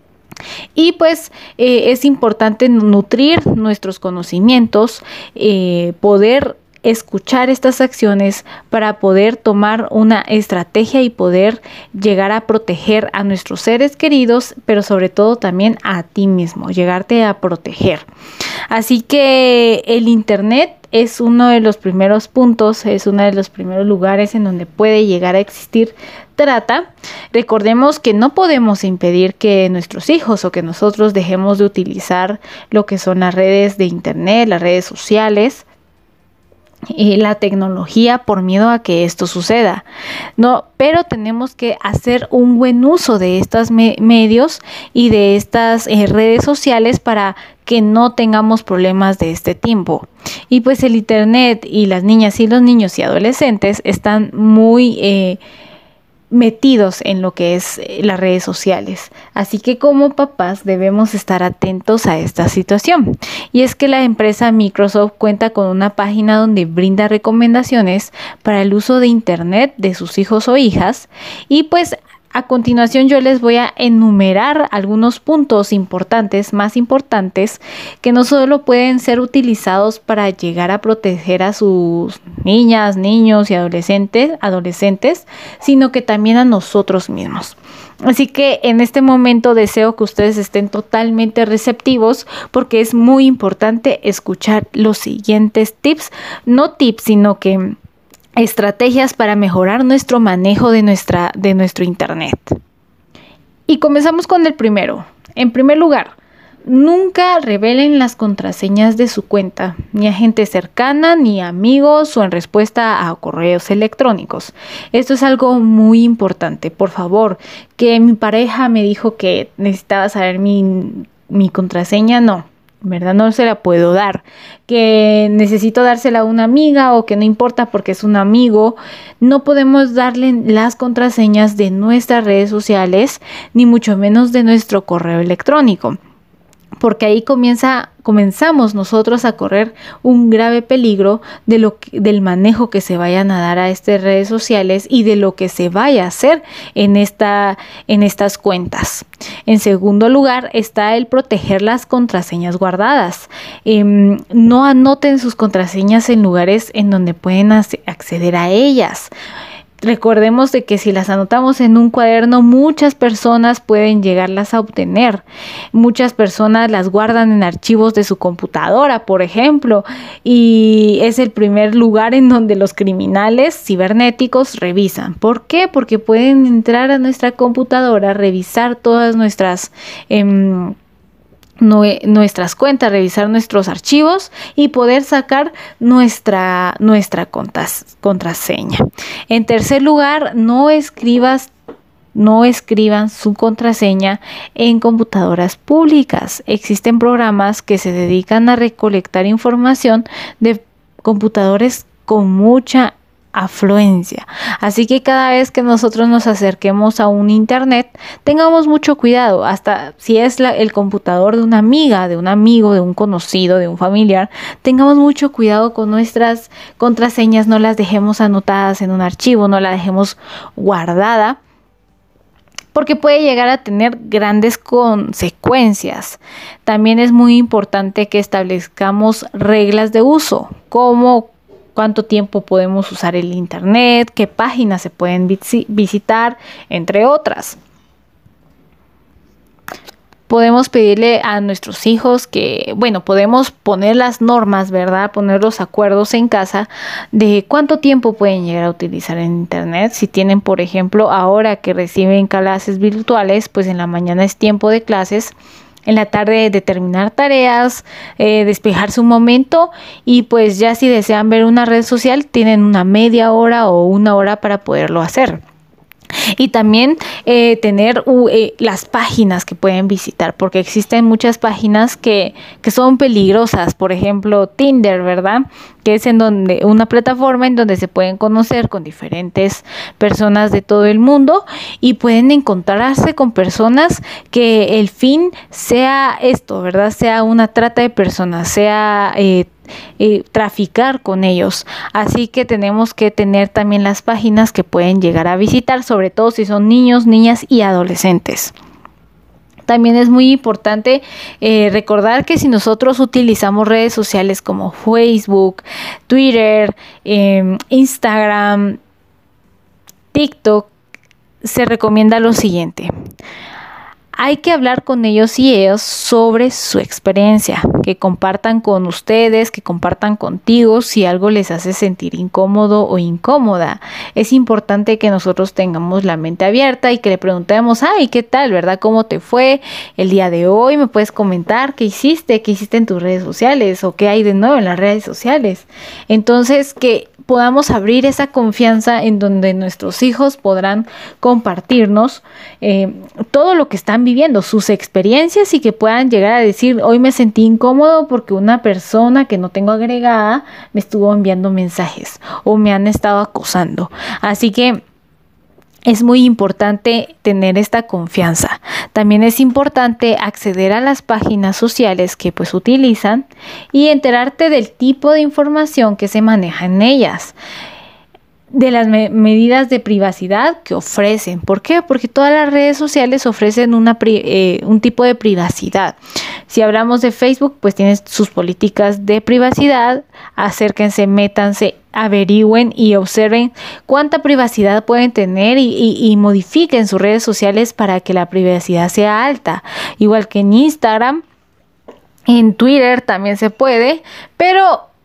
Y pues eh, es importante nutrir nuestros conocimientos, eh, poder escuchar estas acciones para poder tomar una estrategia y poder llegar a proteger a nuestros seres queridos, pero sobre todo también a ti mismo, llegarte a proteger. Así que el internet es uno de los primeros puntos, es uno de los primeros lugares en donde puede llegar a existir trata. Recordemos que no podemos impedir que nuestros hijos o que nosotros dejemos de utilizar lo que son las redes de internet, las redes sociales, y la tecnología por miedo a que esto suceda. No, pero tenemos que hacer un buen uso de estos me- medios y de estas eh, redes sociales para que no tengamos problemas de este tipo. Y pues el internet y las niñas y los niños y adolescentes están muy eh, metidos en lo que es las redes sociales. Así que como papás debemos estar atentos a esta situación. Y es que la empresa Microsoft cuenta con una página donde brinda recomendaciones para el uso de internet de sus hijos o hijas. Y pues a continuación yo les voy a enumerar algunos puntos importantes, más importantes, que no solo pueden ser utilizados para llegar a proteger a sus niñas, niños y adolescentes, adolescentes, sino que también a nosotros mismos. Así que en este momento deseo que ustedes estén totalmente receptivos porque es muy importante escuchar los siguientes tips, no tips, sino que estrategias para mejorar nuestro manejo de, nuestra, de nuestro internet. Y comenzamos con el primero. En primer lugar, Nunca revelen las contraseñas de su cuenta, ni a gente cercana, ni a amigos o en respuesta a correos electrónicos. Esto es algo muy importante. Por favor, que mi pareja me dijo que necesitaba saber mi, mi contraseña, no. ¿Verdad? No se la puedo dar, que necesito dársela a una amiga o que no importa porque es un amigo. No podemos darle las contraseñas de nuestras redes sociales, ni mucho menos de nuestro correo electrónico, porque ahí comienza, comenzamos nosotros a correr un grave peligro de lo que, del manejo que se vayan a dar a estas redes sociales y de lo que se vaya a hacer en, esta, en estas cuentas. En segundo lugar está el proteger las contraseñas guardadas. Eh, no anoten sus contraseñas en lugares en donde pueden acceder a ellas. Recordemos de que si las anotamos en un cuaderno, muchas personas pueden llegarlas a obtener. Muchas personas las guardan en archivos de su computadora, por ejemplo, y es el primer lugar en donde los criminales cibernéticos revisan. ¿Por qué? Porque pueden entrar a nuestra computadora, revisar todas nuestras eh, nuestras cuentas, revisar nuestros archivos y poder sacar nuestra, nuestra contraseña. En tercer lugar, no escribas No escriban su contraseña en computadoras públicas. Existen programas que se dedican a recolectar información de computadores con mucha afluencia. Así que cada vez que nosotros nos acerquemos a un internet, tengamos mucho cuidado. Hasta si es la, el computador de una amiga, de un amigo, de un conocido, de un familiar, tengamos mucho cuidado con nuestras contraseñas. No las dejemos anotadas en un archivo, no la dejemos guardada, porque puede llegar a tener grandes consecuencias. También es muy importante que establezcamos reglas de uso, como cuánto tiempo podemos usar el internet, qué páginas se pueden visitar, entre otras. Podemos pedirle a nuestros hijos que, bueno, podemos poner las normas, ¿verdad? Poner los acuerdos en casa de cuánto tiempo pueden llegar a utilizar el internet. Si tienen, por ejemplo, ahora que reciben clases virtuales, pues en la mañana es tiempo de clases, en la tarde de terminar tareas, eh, despejarse un momento, y pues ya si desean ver una red social, tienen una media hora o una hora para poderlo hacer. Y también eh, tener uh, eh, las páginas que pueden visitar, porque existen muchas páginas que, que son peligrosas. Por ejemplo, Tinder, ¿verdad? Que es en donde una plataforma en donde se pueden conocer con diferentes personas de todo el mundo y pueden encontrarse con personas que el fin sea esto, ¿verdad? Sea una trata de personas, sea eh, Eh, traficar con ellos. Así que tenemos que tener también las páginas que pueden llegar a visitar, sobre todo si son niños, niñas y adolescentes. También es muy importante eh, recordar que si nosotros utilizamos redes sociales como Facebook, Twitter, eh, Instagram, TikTok, se recomienda lo siguiente. Hay que hablar con ellos y ellos sobre su experiencia, que compartan con ustedes, que compartan contigo si algo les hace sentir incómodo o incómoda. Es importante que nosotros tengamos la mente abierta y que le preguntemos, ay, ¿qué tal, verdad? ¿Cómo te fue el día de hoy? ¿Me puedes comentar qué hiciste? ¿Qué hiciste en tus redes sociales? ¿O qué hay de nuevo en las redes sociales? Entonces, que podamos abrir esa confianza en donde nuestros hijos podrán compartirnos eh, todo lo que están viviendo, sus experiencias, y que puedan llegar a decir, hoy me sentí incómodo porque una persona que no tengo agregada me estuvo enviando mensajes o me han estado acosando. Así que es muy importante tener esta confianza. También es importante acceder a las páginas sociales que pues utilizan y enterarte del tipo de información que se maneja en ellas, de las me- medidas de privacidad que ofrecen. ¿Por qué? Porque todas las redes sociales ofrecen una pri- eh, un tipo de privacidad. Si hablamos de Facebook, pues tiene sus políticas de privacidad. Acérquense, métanse, averigüen y observen cuánta privacidad pueden tener y, y, y modifiquen sus redes sociales para que la privacidad sea alta. Igual que en Instagram, en Twitter también se puede, pero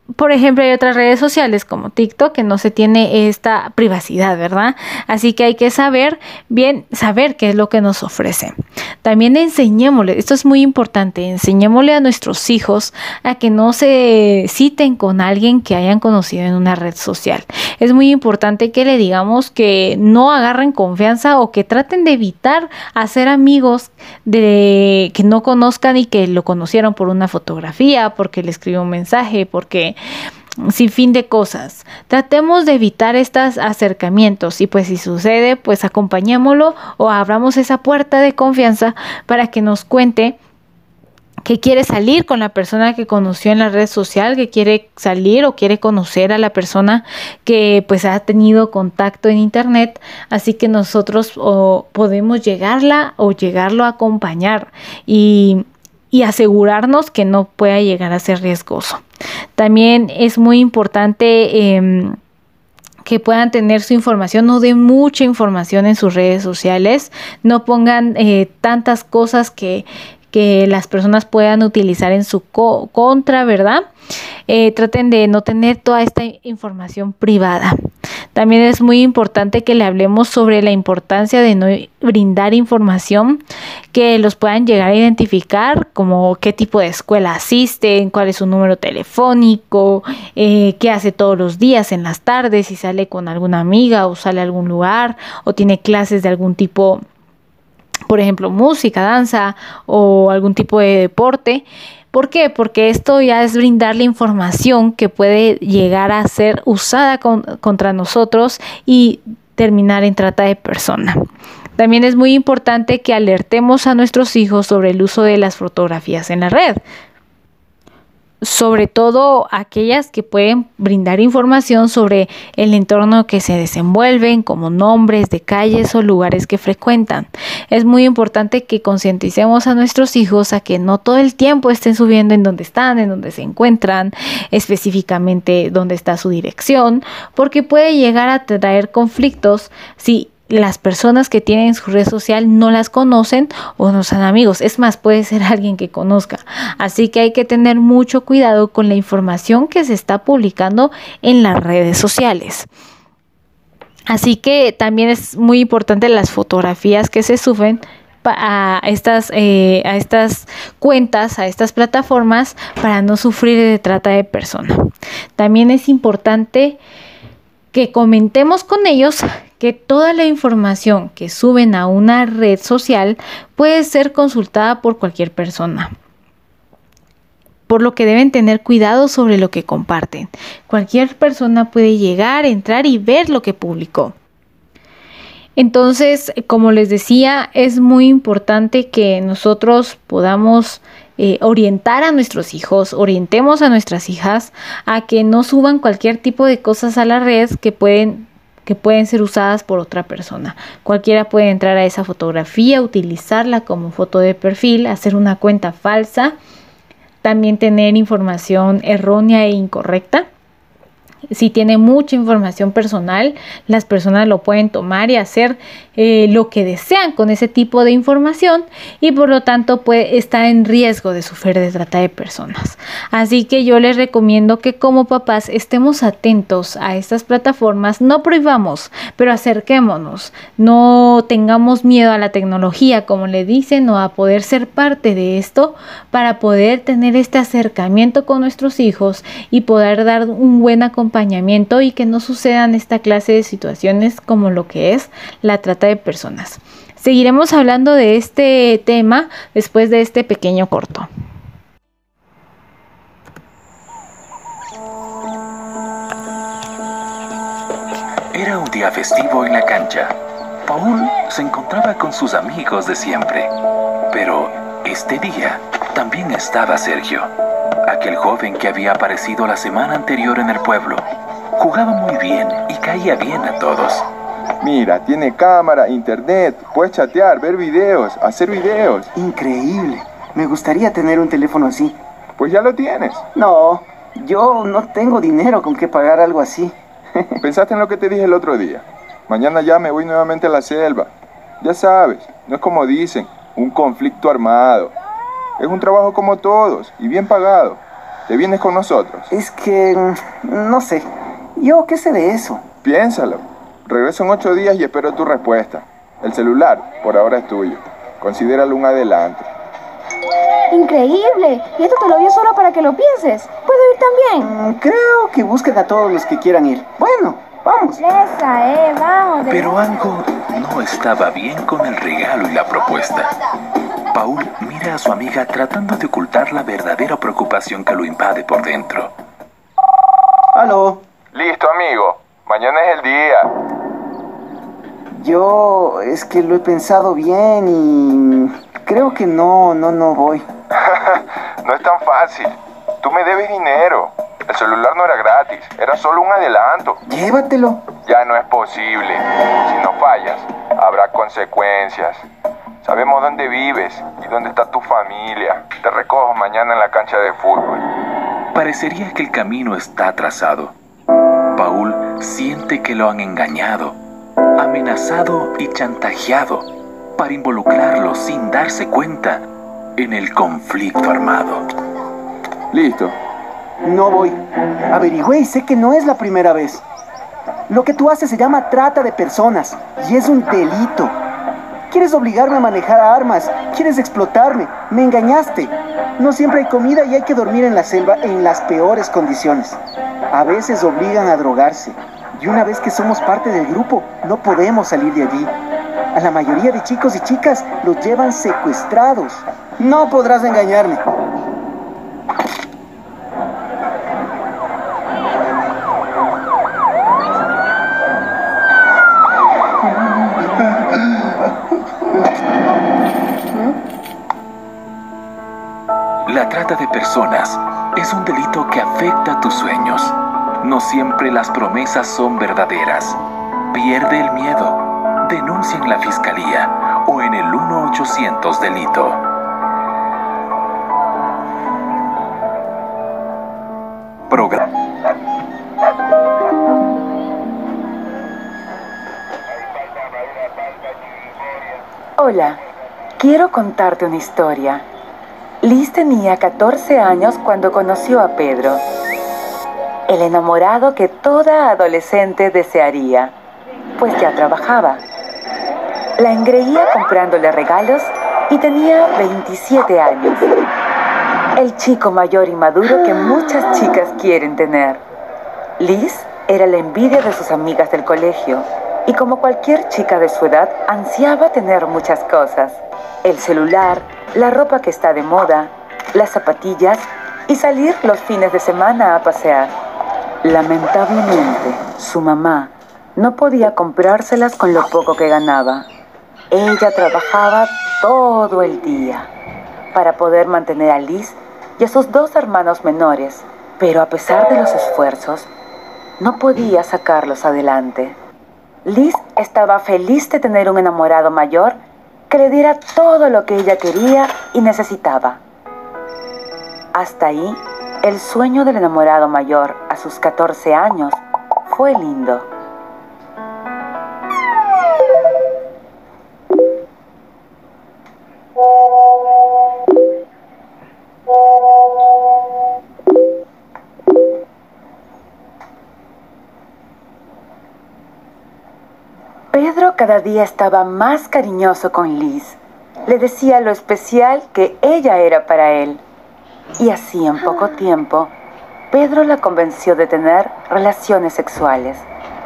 por ejemplo, hay otras redes sociales como TikTok que no se tiene esta privacidad, ¿verdad? Así que hay que saber bien, saber qué es lo que nos ofrece. También enseñémosle, esto es muy importante, enseñémosle a nuestros hijos a que no se citen con alguien que hayan conocido en una red social. Es muy importante que le digamos que no agarren confianza o que traten de evitar hacer amigos de que no conozcan y que lo conocieron por una fotografía, porque le escribió un mensaje, porque sin fin de cosas. Tratemos de evitar estos acercamientos y pues si sucede, pues acompañémoslo o abramos esa puerta de confianza para que nos cuente que quiere salir con la persona que conoció en la red social, que quiere salir o quiere conocer a la persona que pues ha tenido contacto en internet, así que nosotros o, podemos llegarla o llegarlo a acompañar y, y asegurarnos que no pueda llegar a ser riesgoso. También es muy importante eh, que puedan tener su información, no den mucha información en sus redes sociales, no pongan eh, tantas cosas que que las personas puedan utilizar en su co- contra, ¿verdad? Eh, traten de no tener toda esta información privada. También es muy importante que le hablemos sobre la importancia de no brindar información que los puedan llegar a identificar, como qué tipo de escuela asisten, cuál es su número telefónico, eh, qué hace todos los días en las tardes, si sale con alguna amiga o sale a algún lugar o tiene clases de algún tipo, por ejemplo, música, danza o algún tipo de deporte. ¿Por qué? Porque esto ya es brindarle información que puede llegar a ser usada con, contra nosotros y terminar en trata de persona. También es muy importante que alertemos a nuestros hijos sobre el uso de las fotografías en la red, sobre todo aquellas que pueden brindar información sobre el entorno que se desenvuelven, como nombres de calles o lugares que frecuentan. Es muy importante que concienticemos a nuestros hijos a que no todo el tiempo estén subiendo en dónde están, en dónde se encuentran, específicamente dónde está su dirección, porque puede llegar a traer conflictos si las personas que tienen su red social no las conocen o no son amigos. Es más, puede ser alguien que conozca. Así que hay que tener mucho cuidado con la información que se está publicando en las redes sociales. Así que también es muy importante las fotografías que se suben a estas, eh, a estas cuentas, a estas plataformas, para no sufrir de trata de persona. También es importante que comentemos con ellos que toda la información que suben a una red social puede ser consultada por cualquier persona, por lo que deben tener cuidado sobre lo que comparten. Cualquier persona puede llegar, entrar y ver lo que publicó. Entonces, como les decía, es muy importante que nosotros podamos eh, orientar a nuestros hijos, orientemos a nuestras hijas a que no suban cualquier tipo de cosas a la red que pueden que pueden ser usadas por otra persona. Cualquiera puede entrar a esa fotografía, utilizarla como foto de perfil, hacer una cuenta falsa, también tener información errónea e incorrecta. Si tiene mucha información personal, las personas lo pueden tomar y hacer eh, lo que desean con ese tipo de información y por lo tanto puede estar en riesgo de sufrir de trata de personas. Así que yo les recomiendo que como papás estemos atentos a estas plataformas, no prohibamos, pero acerquémonos, no tengamos miedo a la tecnología, como le dicen, o a poder ser parte de esto para poder tener este acercamiento con nuestros hijos y poder dar un buen acompañamiento y que no sucedan esta clase de situaciones como lo que es la trata de personas. Seguiremos hablando de este tema después de este pequeño corto. Era un día festivo en la cancha. Paul se encontraba con sus amigos de siempre, pero este día también estaba Sergio, aquel joven que había aparecido la semana anterior en el pueblo. Jugaba muy bien y caía bien a todos. Mira, tiene cámara, internet, puedes chatear, ver videos, hacer videos. Increíble. Me gustaría tener un teléfono así. Pues ya lo tienes. No, yo no tengo dinero con que pagar algo así. ¿Pensaste en lo que te dije el otro día? Mañana ya me voy nuevamente a la selva. Ya sabes, no es como dicen, un conflicto armado. Es un trabajo como todos y bien pagado. ¿Te vienes con nosotros? Es que... no sé. ¿Yo qué sé de eso? Piénsalo. Regreso en ocho días y espero tu respuesta. El celular, por ahora, es tuyo. Considéralo un adelanto. ¡Increíble! Y esto te lo dio solo para que lo pienses. ¿Puedo ir también? Mm, creo que busquen a todos los que quieran ir. Bueno, vamos. Esa, eh, vamos. Pero algo no estaba bien con el regalo y la propuesta. Paul mira a su amiga tratando de ocultar la verdadera preocupación que lo invade por dentro. Aló. Listo, amigo. Mañana es el día. Yo... es que lo he pensado bien y... creo que no, no, no voy. No es tan fácil. Tú me debes dinero. El celular no era gratis. Era solo un adelanto. Llévatelo. Ya no es posible. Si no fallas, habrá consecuencias. Sabemos dónde vives y dónde está tu familia. Te recojo mañana en la cancha de fútbol. Parecería que el camino está trazado. Paul siente que lo han engañado, amenazado y chantajeado para involucrarlo sin darse cuenta en el conflicto armado. Listo. No voy. Averigüé y sé que no es la primera vez. Lo que tú haces se llama trata de personas y es un delito. Quieres obligarme a manejar armas, quieres explotarme, me engañaste. No siempre hay comida y hay que dormir en la selva en las peores condiciones. A veces obligan a drogarse y una vez que somos parte del grupo, no podemos salir de allí. A la mayoría de chicos y chicas los llevan secuestrados. No podrás engañarme. La trata de personas es un delito que afecta tus sueños. No siempre las promesas son verdaderas. Pierde el miedo. Denuncia en la fiscalía o en el uno ochocientos delito. Programa. Hola, quiero contarte una historia. Liz tenía catorce años cuando conoció a Pedro, el enamorado que toda adolescente desearía, pues ya trabajaba. La engreía comprándole regalos y tenía veintisiete años. El chico mayor y maduro que muchas chicas quieren tener. Liz era la envidia de sus amigas del colegio y como cualquier chica de su edad ansiaba tener muchas cosas. El celular, la ropa que está de moda, las zapatillas y salir los fines de semana a pasear. Lamentablemente, su mamá no podía comprárselas con lo poco que ganaba. Ella trabajaba todo el día para poder mantener a Liz y a sus dos hermanos menores, pero a pesar de los esfuerzos, no podía sacarlos adelante. Liz estaba feliz de tener un enamorado mayor que le diera todo lo que ella quería y necesitaba. Hasta ahí, el sueño del enamorado mayor a sus catorce años fue lindo. Pedro cada día estaba más cariñoso con Liz. Le decía lo especial que ella era para él. Y así en poco tiempo, Pedro la convenció de tener relaciones sexuales.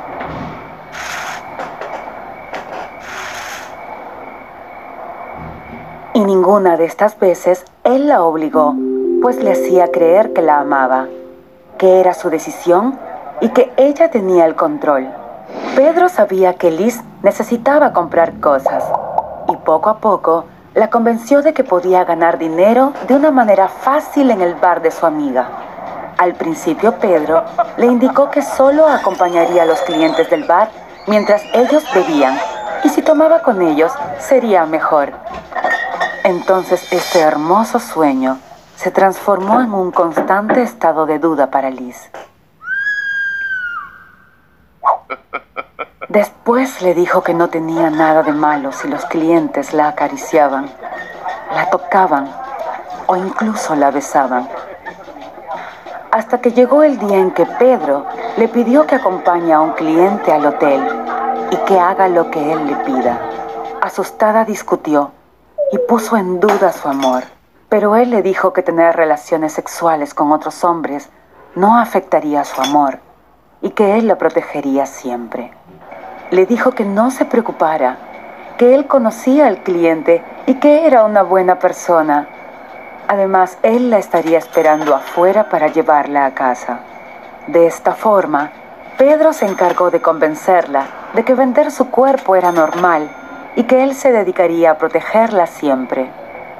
Y ninguna de estas veces él la obligó, pues le hacía creer que la amaba, que era su decisión y que ella tenía el control. Pedro sabía que Liz necesitaba comprar cosas y poco a poco la convenció de que podía ganar dinero de una manera fácil en el bar de su amiga. Al principio Pedro le indicó que solo acompañaría a los clientes del bar mientras ellos bebían y si tomaba con ellos sería mejor. Entonces este hermoso sueño se transformó en un constante estado de duda para Liz. Después le dijo que no tenía nada de malo si los clientes la acariciaban, la tocaban o incluso la besaban. hasta que llegó el día en que Pedro le pidió que acompañe a un cliente al hotel y que haga lo que él le pida. Asustada discutió y puso en duda su amor, pero él le dijo que tener relaciones sexuales con otros hombres no afectaría su amor y que él la protegería siempre. Le dijo que no se preocupara, que él conocía al cliente y que era una buena persona. Además, él la estaría esperando afuera para llevarla a casa. De esta forma, Pedro se encargó de convencerla de que vender su cuerpo era normal y que él se dedicaría a protegerla siempre.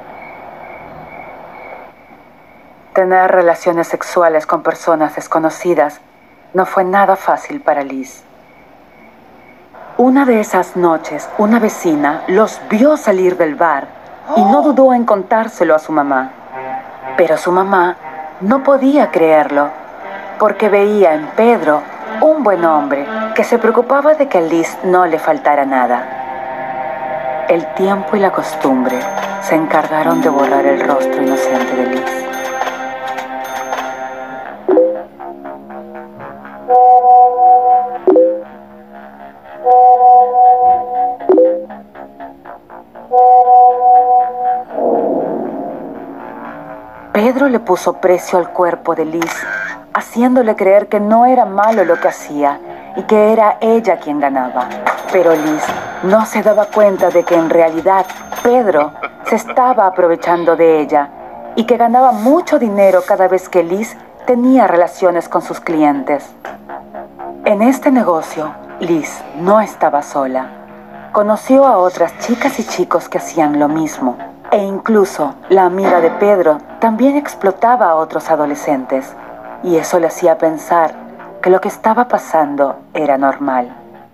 Tener relaciones sexuales con personas desconocidas no fue nada fácil para Liz. Una de esas noches, una vecina los vio salir del bar y no dudó en contárselo a su mamá. Pero su mamá no podía creerlo, porque veía en Pedro un buen hombre que se preocupaba de que a Liz no le faltara nada. El tiempo y la costumbre se encargaron de borrar el rostro inocente de Liz. Pedro le puso precio al cuerpo de Liz, haciéndole creer que no era malo lo que hacía y que era ella quien ganaba. Pero Liz no se daba cuenta de que en realidad Pedro se estaba aprovechando de ella y que ganaba mucho dinero cada vez que Liz tenía relaciones con sus clientes. En este negocio, Liz no estaba sola. Conoció a otras chicas y chicos que hacían lo mismo. E incluso la amiga de Pedro también explotaba a otros adolescentes. Y eso le hacía pensar que lo que estaba pasando era normal.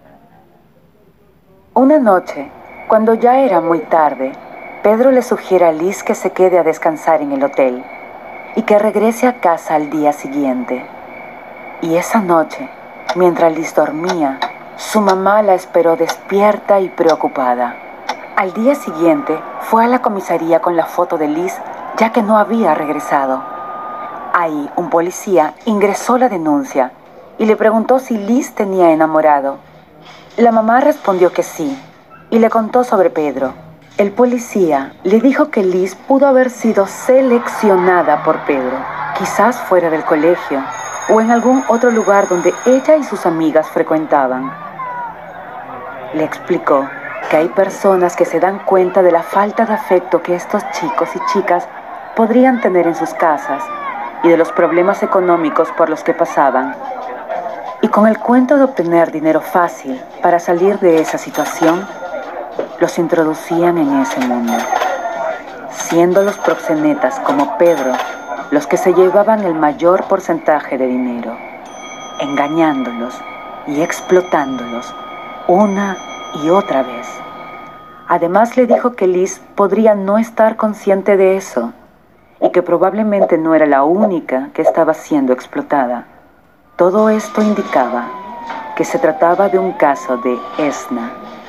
Una noche, cuando ya era muy tarde, Pedro le sugiere a Liz que se quede a descansar en el hotel y que regrese a casa al día siguiente. Y esa noche, mientras Liz dormía, su mamá la esperó despierta y preocupada. Al día siguiente, fue a la comisaría con la foto de Liz, ya que no había regresado. Ahí, un policía ingresó la denuncia y le preguntó si Liz tenía enamorado. La mamá respondió que sí, y le contó sobre Pedro. El policía le dijo que Liz pudo haber sido seleccionada por Pedro, quizás fuera del colegio, o en algún otro lugar donde ella y sus amigas frecuentaban. Le explicó que hay personas que se dan cuenta de la falta de afecto que estos chicos y chicas podrían tener en sus casas y de los problemas económicos por los que pasaban. Y con el cuento de obtener dinero fácil para salir de esa situación, los introducían en ese mundo, siendo los proxenetas como Pedro los que se llevaban el mayor porcentaje de dinero, engañándolos y explotándolos una y otra vez. Además le dijo que Liz podría no estar consciente de eso y que probablemente no era la única que estaba siendo explotada. Todo esto indicaba que se trataba de un caso de Esna.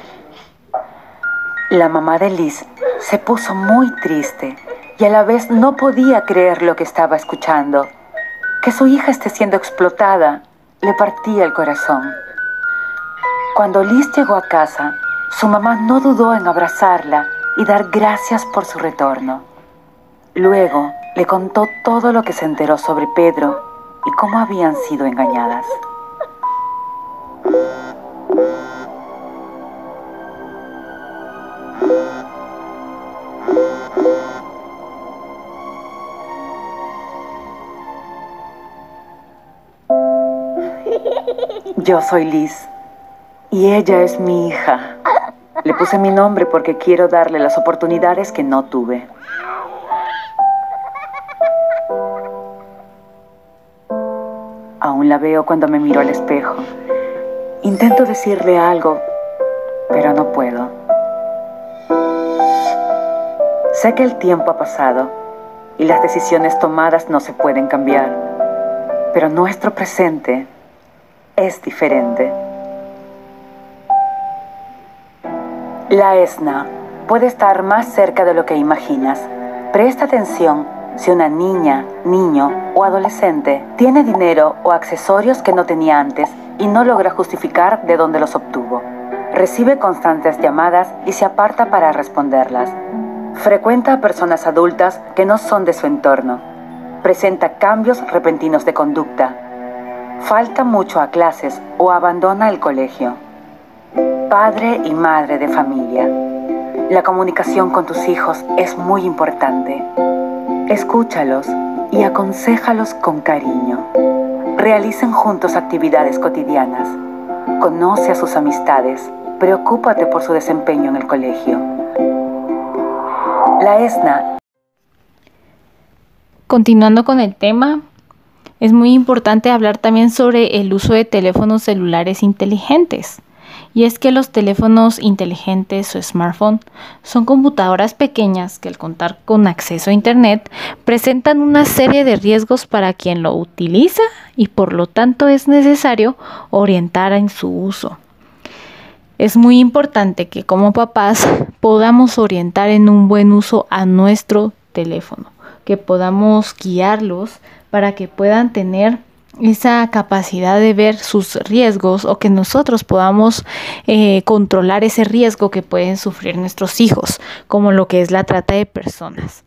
La mamá de Liz se puso muy triste y a la vez no podía creer lo que estaba escuchando. Que su hija esté siendo explotada le partía el corazón. Cuando Liz llegó a casa, su mamá no dudó en abrazarla y dar gracias por su retorno. Luego le contó todo lo que se enteró sobre Pedro y cómo habían sido engañadas. Yo soy Liz y ella es mi hija. Le puse mi nombre porque quiero darle las oportunidades que no tuve. Aún la veo cuando me miro al espejo. Intento decirle algo, pero no puedo. Sé que el tiempo ha pasado y las decisiones tomadas no se pueden cambiar, pero nuestro presente es diferente. La Esna puede estar más cerca de lo que imaginas. Presta atención Si una niña, niño o adolescente tiene dinero o accesorios que no tenía antes y no logra justificar de dónde los obtuvo, recibe constantes llamadas y se aparta para responderlas. Frecuenta a personas adultas que no son de su entorno. Presenta cambios repentinos de conducta. Falta mucho a clases o abandona el colegio. Padre y madre de familia. La comunicación con tus hijos es muy importante. Escúchalos y aconséjalos con cariño. Realicen juntos actividades cotidianas. Conoce a sus amistades. Preocúpate por su desempeño en el colegio. La ESNA. Continuando con el tema, es muy importante hablar también sobre el uso de teléfonos celulares inteligentes. Y es que los teléfonos inteligentes o smartphone son computadoras pequeñas que al contar con acceso a internet presentan una serie de riesgos para quien lo utiliza y por lo tanto es necesario orientar en su uso. Es muy importante que como papás podamos orientar en un buen uso a nuestro teléfono, que podamos guiarlos para que puedan tener esa capacidad de ver sus riesgos o que nosotros podamos eh, controlar ese riesgo que pueden sufrir nuestros hijos, como lo que es la trata de personas.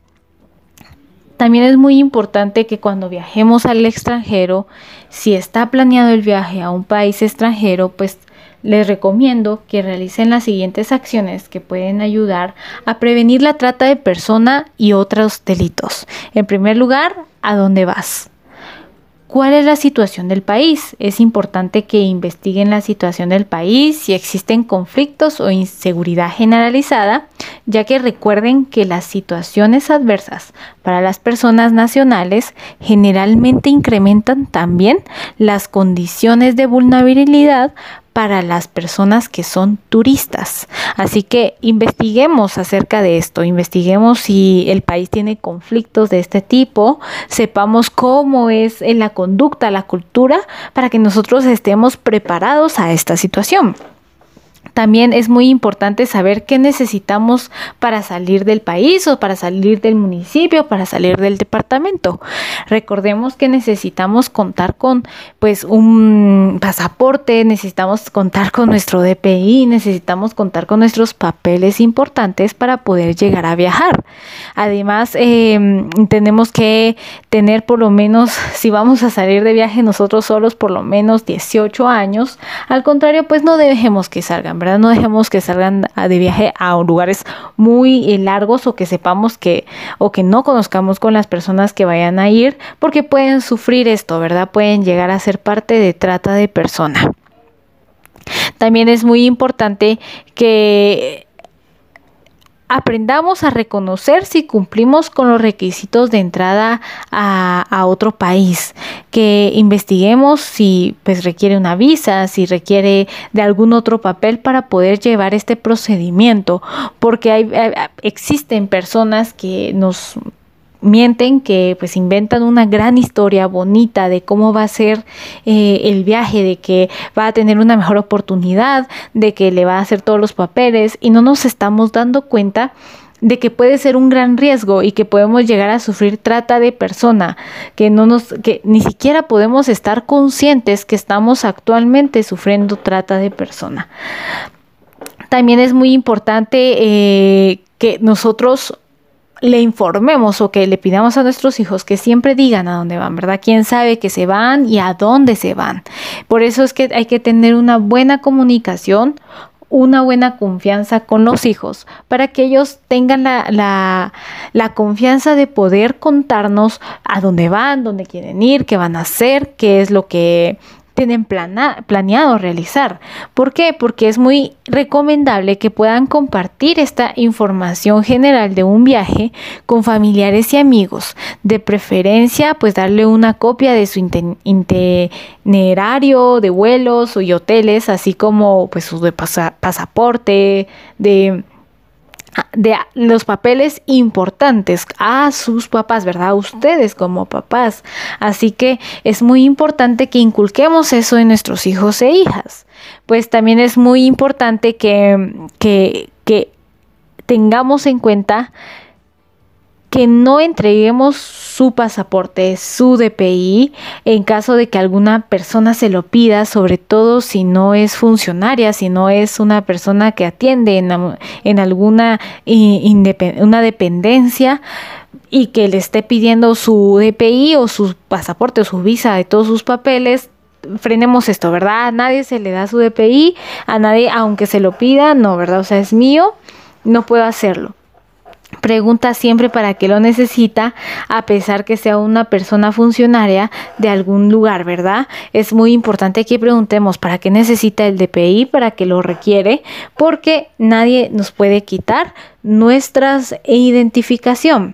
También es muy importante que cuando viajemos al extranjero, si está planeado el viaje a un país extranjero, pues les recomiendo que realicen las siguientes acciones que pueden ayudar a prevenir la trata de persona y otros delitos. En primer lugar, ¿a dónde vas? ¿Cuál es la situación del país? Es importante que investiguen la situación del país, si existen conflictos o inseguridad generalizada, ya que recuerden que las situaciones adversas para las personas nacionales generalmente incrementan también las condiciones de vulnerabilidad para las personas que son turistas. Así que investiguemos acerca de esto, investiguemos si el país tiene conflictos de este tipo, sepamos cómo es en la conducta, la cultura, para que nosotros estemos preparados a esta situación. También es muy importante saber qué necesitamos para salir del país o para salir del municipio, para salir del departamento. Recordemos que necesitamos contar con pues un pasaporte, necesitamos contar con nuestro D P I, necesitamos contar con nuestros papeles importantes para poder llegar a viajar. Además, eh, tenemos que tener por lo menos, si vamos a salir de viaje nosotros solos, por lo menos dieciocho años. Al contrario, pues no dejemos que salgan, ¿verdad? No dejemos que salgan de viaje a lugares muy largos o que sepamos que o que no conozcamos con las personas que vayan a ir, porque pueden sufrir esto, ¿verdad? Pueden llegar a ser parte de trata de persona. También es muy importante que aprendamos a reconocer si cumplimos con los requisitos de entrada a, a otro país, que investiguemos si pues requiere una visa, si requiere de algún otro papel para poder llevar este procedimiento, porque hay, hay, existen personas que nos mienten, que pues inventan una gran historia bonita de cómo va a ser eh, el viaje, de que va a tener una mejor oportunidad, de que le va a hacer todos los papeles, y no nos estamos dando cuenta de que puede ser un gran riesgo y que podemos llegar a sufrir trata de persona, que no nos, que ni siquiera podemos estar conscientes que estamos actualmente sufriendo trata de persona. También es muy importante eh, que nosotros le informemos o que le pidamos a nuestros hijos que siempre digan a dónde van, ¿verdad? Quién sabe que se van y a dónde se van. Por eso es que hay que tener una buena comunicación, una buena confianza con los hijos, para que ellos tengan la, la, la confianza de poder contarnos a dónde van, dónde quieren ir, qué van a hacer, qué es lo que tienen plana, planeado realizar. ¿Por qué? Porque es muy recomendable que puedan compartir esta información general de un viaje con familiares y amigos. De preferencia, pues darle una copia de su itinerario de vuelos y hoteles, así como pues su de pasa, pasaporte, de de los papeles importantes a sus papás, ¿verdad? Ustedes como papás. Así que es muy importante que inculquemos eso en nuestros hijos e hijas. Pues también es muy importante que, que, que tengamos en cuenta que no entreguemos su pasaporte, su D P I, en caso de que alguna persona se lo pida, sobre todo si no es funcionaria, si no es una persona que atiende en, en alguna independ- una dependencia y que le esté pidiendo su D P I o su pasaporte o su visa de todos sus papeles. Frenemos esto, ¿verdad? A nadie se le da su D P I, a nadie, aunque se lo pida, no, ¿verdad? O sea, es mío, no puedo hacerlo. Pregunta siempre para qué lo necesita, a pesar que sea una persona funcionaria de algún lugar, ¿verdad? Es muy importante que preguntemos para qué necesita el D P I, para qué lo requiere, porque nadie nos puede quitar nuestra identificación.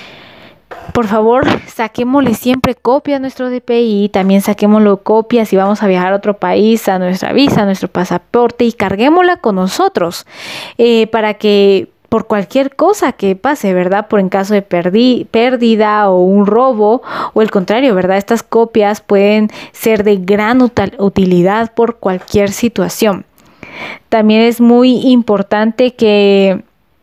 Por favor, saquémosle siempre copia a nuestro D P I, también saquémoslo copia si vamos a viajar a otro país, a nuestra visa, a nuestro pasaporte, y carguémosla con nosotros eh, para que por cualquier cosa que pase, ¿verdad? Por en caso de perdi- pérdida o un robo, o el contrario, ¿verdad? Estas copias pueden ser de gran util- utilidad por cualquier situación. También es muy importante que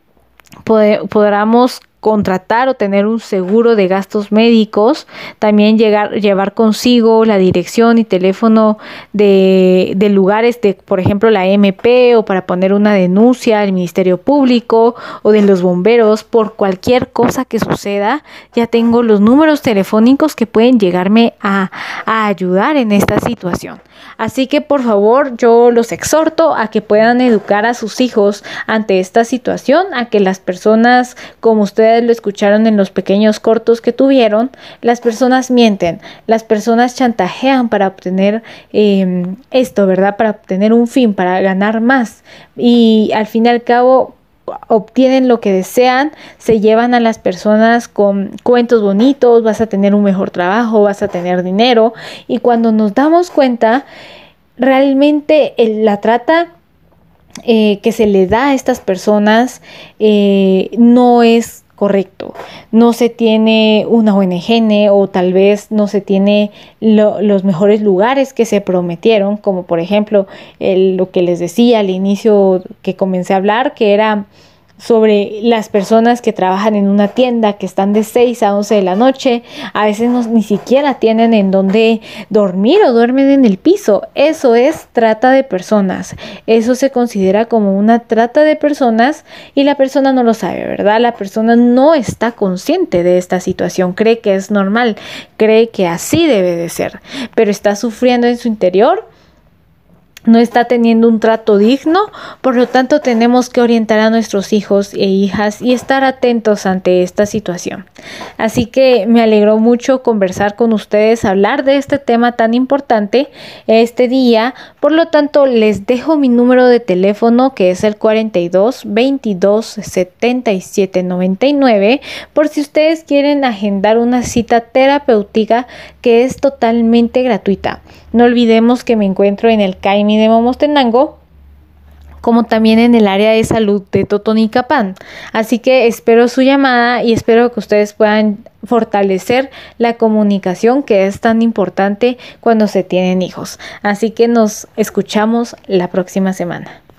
pod- podamos contratar o tener un seguro de gastos médicos, también llegar, llevar consigo la dirección y teléfono de, de lugares de, por ejemplo, la M P, o para poner una denuncia al Ministerio Público o de los bomberos por cualquier cosa que suceda. Ya tengo los números telefónicos que pueden llegarme a, a ayudar en esta situación. Así que por favor, yo los exhorto a que puedan educar a sus hijos ante esta situación, a que las personas, como ustedes lo escucharon en los pequeños cortos que tuvieron, las personas mienten, las personas chantajean para obtener eh, esto, ¿verdad? Para obtener un fin, para ganar más, y al fin y al cabo obtienen lo que desean, se llevan a las personas con cuentos bonitos, vas a tener un mejor trabajo, vas a tener dinero, y cuando nos damos cuenta, realmente el, la trata eh, que se le da a estas personas eh, no es correcto. No se tiene una O N G o tal vez no se tiene lo, los mejores lugares que se prometieron, como por ejemplo el, lo que les decía al inicio que comencé a hablar, que era sobre las personas que trabajan en una tienda, que están de seis a once de la noche, a veces no, ni siquiera tienen en dónde dormir o duermen en el piso. Eso es trata de personas. Eso se considera como una trata de personas y la persona no lo sabe, ¿verdad? La persona no está consciente de esta situación, cree que es normal, cree que así debe de ser, pero está sufriendo en su interior. No está teniendo un trato digno, por lo tanto tenemos que orientar a nuestros hijos e hijas y estar atentos ante esta situación. Así que me alegró mucho conversar con ustedes, hablar de este tema tan importante este día. Por lo tanto, les dejo mi número de teléfono, que es el cuarenta y dos, veintidós, setenta y siete, noventa y nueve, por si ustedes quieren agendar una cita terapéutica que es totalmente gratuita. No olvidemos que me encuentro en el CAIMI de Momostenango, como también en el área de salud de Totonicapán. Así que espero su llamada y espero que ustedes puedan fortalecer la comunicación, que es tan importante cuando se tienen hijos. Así que nos escuchamos la próxima semana.